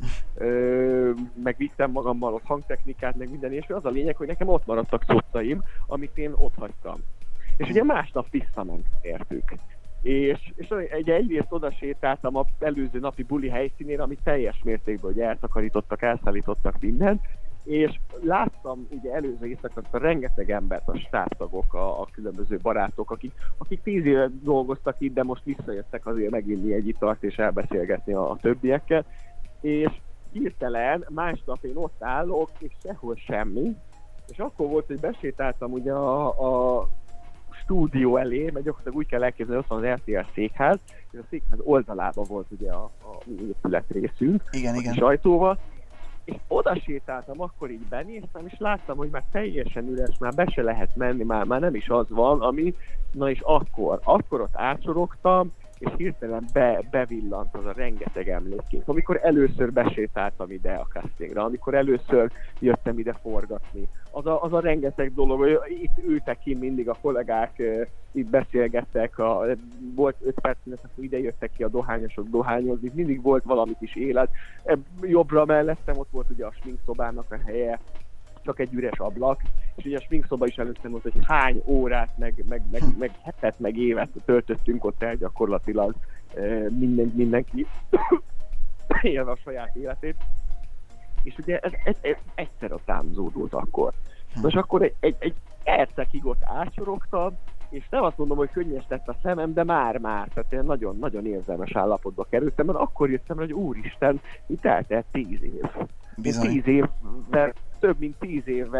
meg vittem magammal ott hangtechnikát, meg minden, és az a lényeg, hogy nekem ott maradtak cuccaim, amit én ott hagytam. És ugye másnap visszament értük. És egyrészt oda sétáltam az előző napi buli helyszínére, ami teljes mértékben, hogy eltakarítottak, elszállítottak mindent, és láttam ugye előző éjszakon rengeteg embert, a stábtagok, a különböző barátok, akik 10 éve dolgoztak itt, de most visszajöttek azért meginni egy italt és elbeszélgetni a többiekkel, és hirtelen másnap én ott állok, és sehol semmi, és akkor volt, hogy besétáltam ugye a stúdió elé, mert gyakorlatilag úgy kell elképzelni, ott van az RTL székház, és a székház oldalában volt ugye a épület részünk, igen. sajtóval, és oda sétáltam, akkor így benéztem, és láttam, hogy már teljesen üres, már be se lehet menni, már nem is az van, ami, na és akkor ott átsorogtam, és hirtelen bevillant az a rengeteg emlékkép. Amikor először besétáltam ide a castingra, amikor először jöttem ide forgatni, az a rengeteg dolog, hogy itt ültek ki mindig a kollégák, itt beszélgettek, volt 5 perc, akkor ide jöttek ki a dohányosok dohányozni, mindig volt valami kis élet. Jobbra mellettem ott volt ugye a sminkszobának a helye, csak egy üres ablak, és ugye a sminkszoba is előttem volt, hogy hány órát, meg hetet, meg évet töltöttünk ott el gyakorlatilag, mindenki élve a saját életét. És ugye ez egyszerre támzódult akkor. Most akkor egy percekig ott átsorogtam, és nem azt mondom, hogy könnyes lett a szemem, de már, tehát én nagyon érzelmes állapotba kerültem, mert akkor jöttem, hogy úristen, itt eltelt 10 év. Bizony. 10 évvel, több mint 10 éve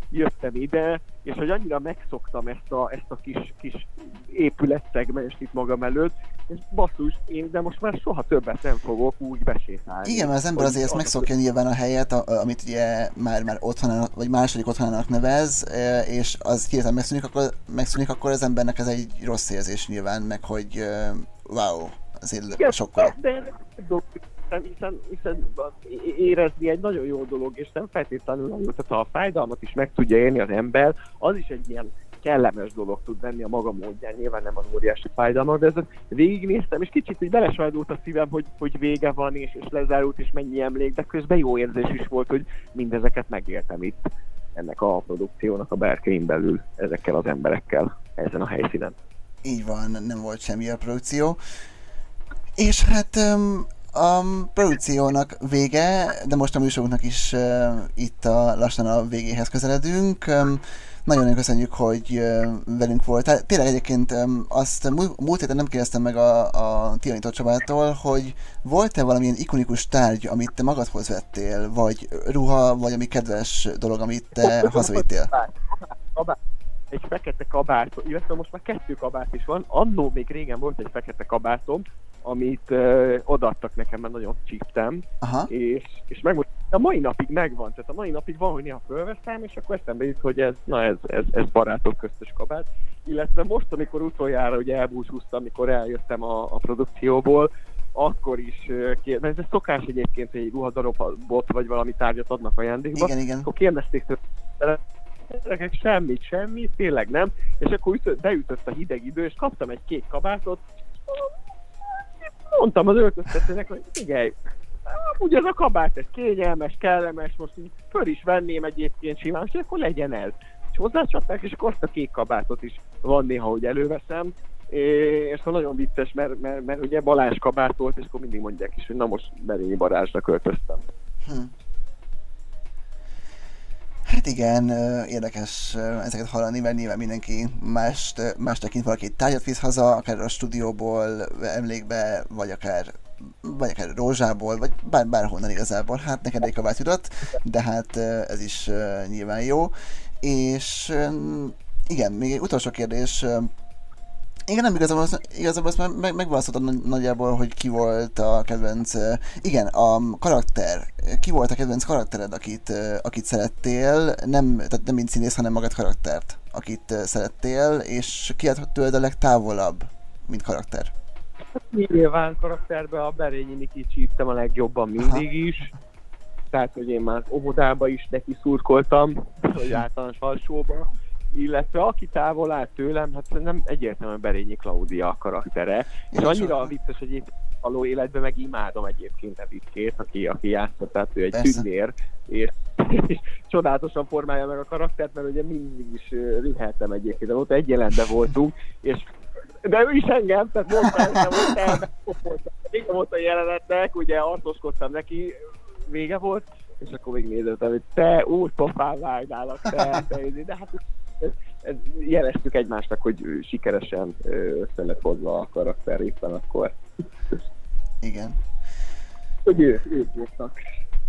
jöttem ide, és hogy annyira megszoktam ezt a kis épületszegmest itt magam előtt, és basszus, de most már soha többet nem fogok úgy besétálni. Igen, mert az ember azért megszokja nyilván a helyet, amit ugye már otthonának, vagy második otthonának nevez, és az hirtelen megszűnik, akkor az embernek ez egy rossz érzés nyilván, meg hogy wow, azért sokkal. De hiszen érezni egy nagyon jó dolog, és nem feltétlenül nagyon, tehát ha a fájdalmat is meg tudja élni az ember, az is egy ilyen kellemes dolog tud lenni a maga módján, nyilván nem az óriási fájdalmak, de ezt végignéztem, és kicsit úgy belesajdult a szívem, hogy vége van, és lezárult, és mennyi emlék, de közben jó érzés is volt, hogy mindezeket megéltem itt ennek a produkciónak a berkein belül, ezekkel az emberekkel, ezen a helyszínen. Így van, nem volt semmi a produkció. És hát a produkciónak vége, de most a műsorunknak is itt lassan a végéhez közeledünk. Nagyon köszönjük, hogy velünk voltál. Tényleg egyébként azt múlt héten nem kérdeztem meg a Tianító Csabától, hogy volt-e valamilyen ikonikus tárgy, amit te magadhoz vettél, vagy ruha, vagy ami kedves dolog, amit te hazavittél? Egy fekete kabát, illetve most már 2 kabát is van. Annó még régen volt egy fekete kabátom, amit odaadtak nekem, mert nagyon csíptem, és megmondtam, a mai napig megvan, tehát a mai napig van, hogy néha fölveszem, és akkor eszembe jut, hogy ez barátok köztes kabát. Illetve most, amikor utoljára ugye elbúcsúztam, amikor eljöttem a produkcióból, akkor is, mert ez szokás egyébként, hogy egy ruhadarabot vagy valami tárgyat adnak ajándékba, igen. Akkor kérdezték tőle, semmit, tényleg nem, és akkor beütött a hideg idő, és kaptam egy kék kabátot, mondtam az öltöztetőnek, hogy figyelj, ugye ez a kabát, ez kényelmes, kellemes, most így föl is venném egyébként simán, és akkor legyen ez. És hozzácsapták, és akkor azt a kék kabátot is van néha, hogy előveszem, és nagyon vicces, mert ugye Balázs kabát volt, és akkor mindig mondják is, hogy na most Berényi Balázsra költöztem. Hát igen, érdekes ezeket hallani, mert nyilván mindenki más tekint, valaki tárgyat visz haza, akár a stúdióból emlékbe, vagy akár Rózsából, vagy bárhonnan igazából. Hát neked egy kabát jutott, de hát ez is nyilván jó. És igen, még egy utolsó kérdés. Igen, nem igazából azt már megválaszoltam nagyjából, hogy ki volt a kedvenc... Igen, a karakter. Ki volt a kedvenc karaktered, akit szerettél? Tehát nem mint színész, hanem magad karaktert, akit szerettél, és ki állt tőled a legtávolabb, mint karakter? Nyilván karakterben a Berényi Nikit csíptem a legjobban mindig is. Tehát, hogy én már óvodába is neki szurkoltam, vagy általános alsóba. Illetve aki távol állt tőlem, hát nem egyértelműen Berényi Klaudia a karaktere. És annyira vicces, hogy való életben meg imádom egyébként Editkét, aki játszott, tehát ő egy tündér, és csodálatosan formálja meg a karaktert, mert ugye mindig is rüheltem egyébként, ott egy jelenben voltunk, de ő is engem, tehát mondta, hogy elmegkopoltam. Vége volt a jelenetnek, ugye arcoskodtam neki, vége volt, és akkor még néztem, hogy te úgy pofán vágnálak, te, de hát jeleztük egymásnak, hogy sikeresen össze lett hozva a karakter éppen akkor. Igen. Hogy ők voltak.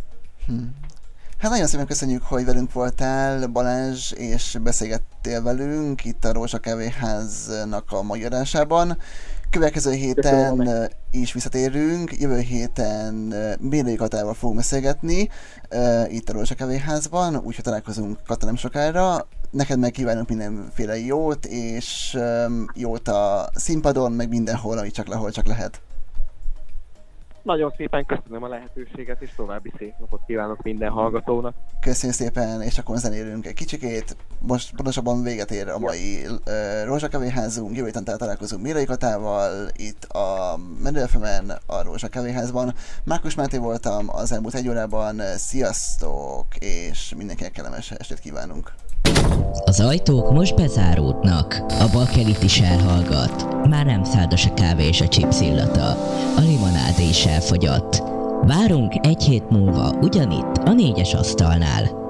Hát nagyon szépen köszönjük, hogy velünk voltál, Balázs, és beszélgettél velünk itt a Rózsa Kávéháznak a mai adásában. Következő héten is visszatérünk, jövő héten Mérlői Katával fogunk beszélgetni itt a Rózsa Kávéházban, úgyhogy találkozunk Kata nem sokára. Neked meg kívánunk mindenféle jót, és jót a színpadon, meg mindenhol, ahol csak lehet. Nagyon szépen köszönöm a lehetőséget, és további szép napot kívánok minden hallgatónak. Köszönjük szépen, és akkor zenélünk egy kicsikét. Most pontosabban véget ér a mai Rózsa Kávéházunk. Jövő héten találkozunk Mérlői Katával, itt a Menő FM-en, a Rózsa Kávéházban. Márkus Máté voltam az elmúlt 1 órában. Sziasztok, és mindenkinek kellemes estét kívánunk. Az ajtók most bezáródnak, a bakelit is elhallgat, már nem száldos a kávé és a chips illata, a limonádé is elfogyott. Várunk 1 hét múlva ugyanitt a 4-es asztalnál.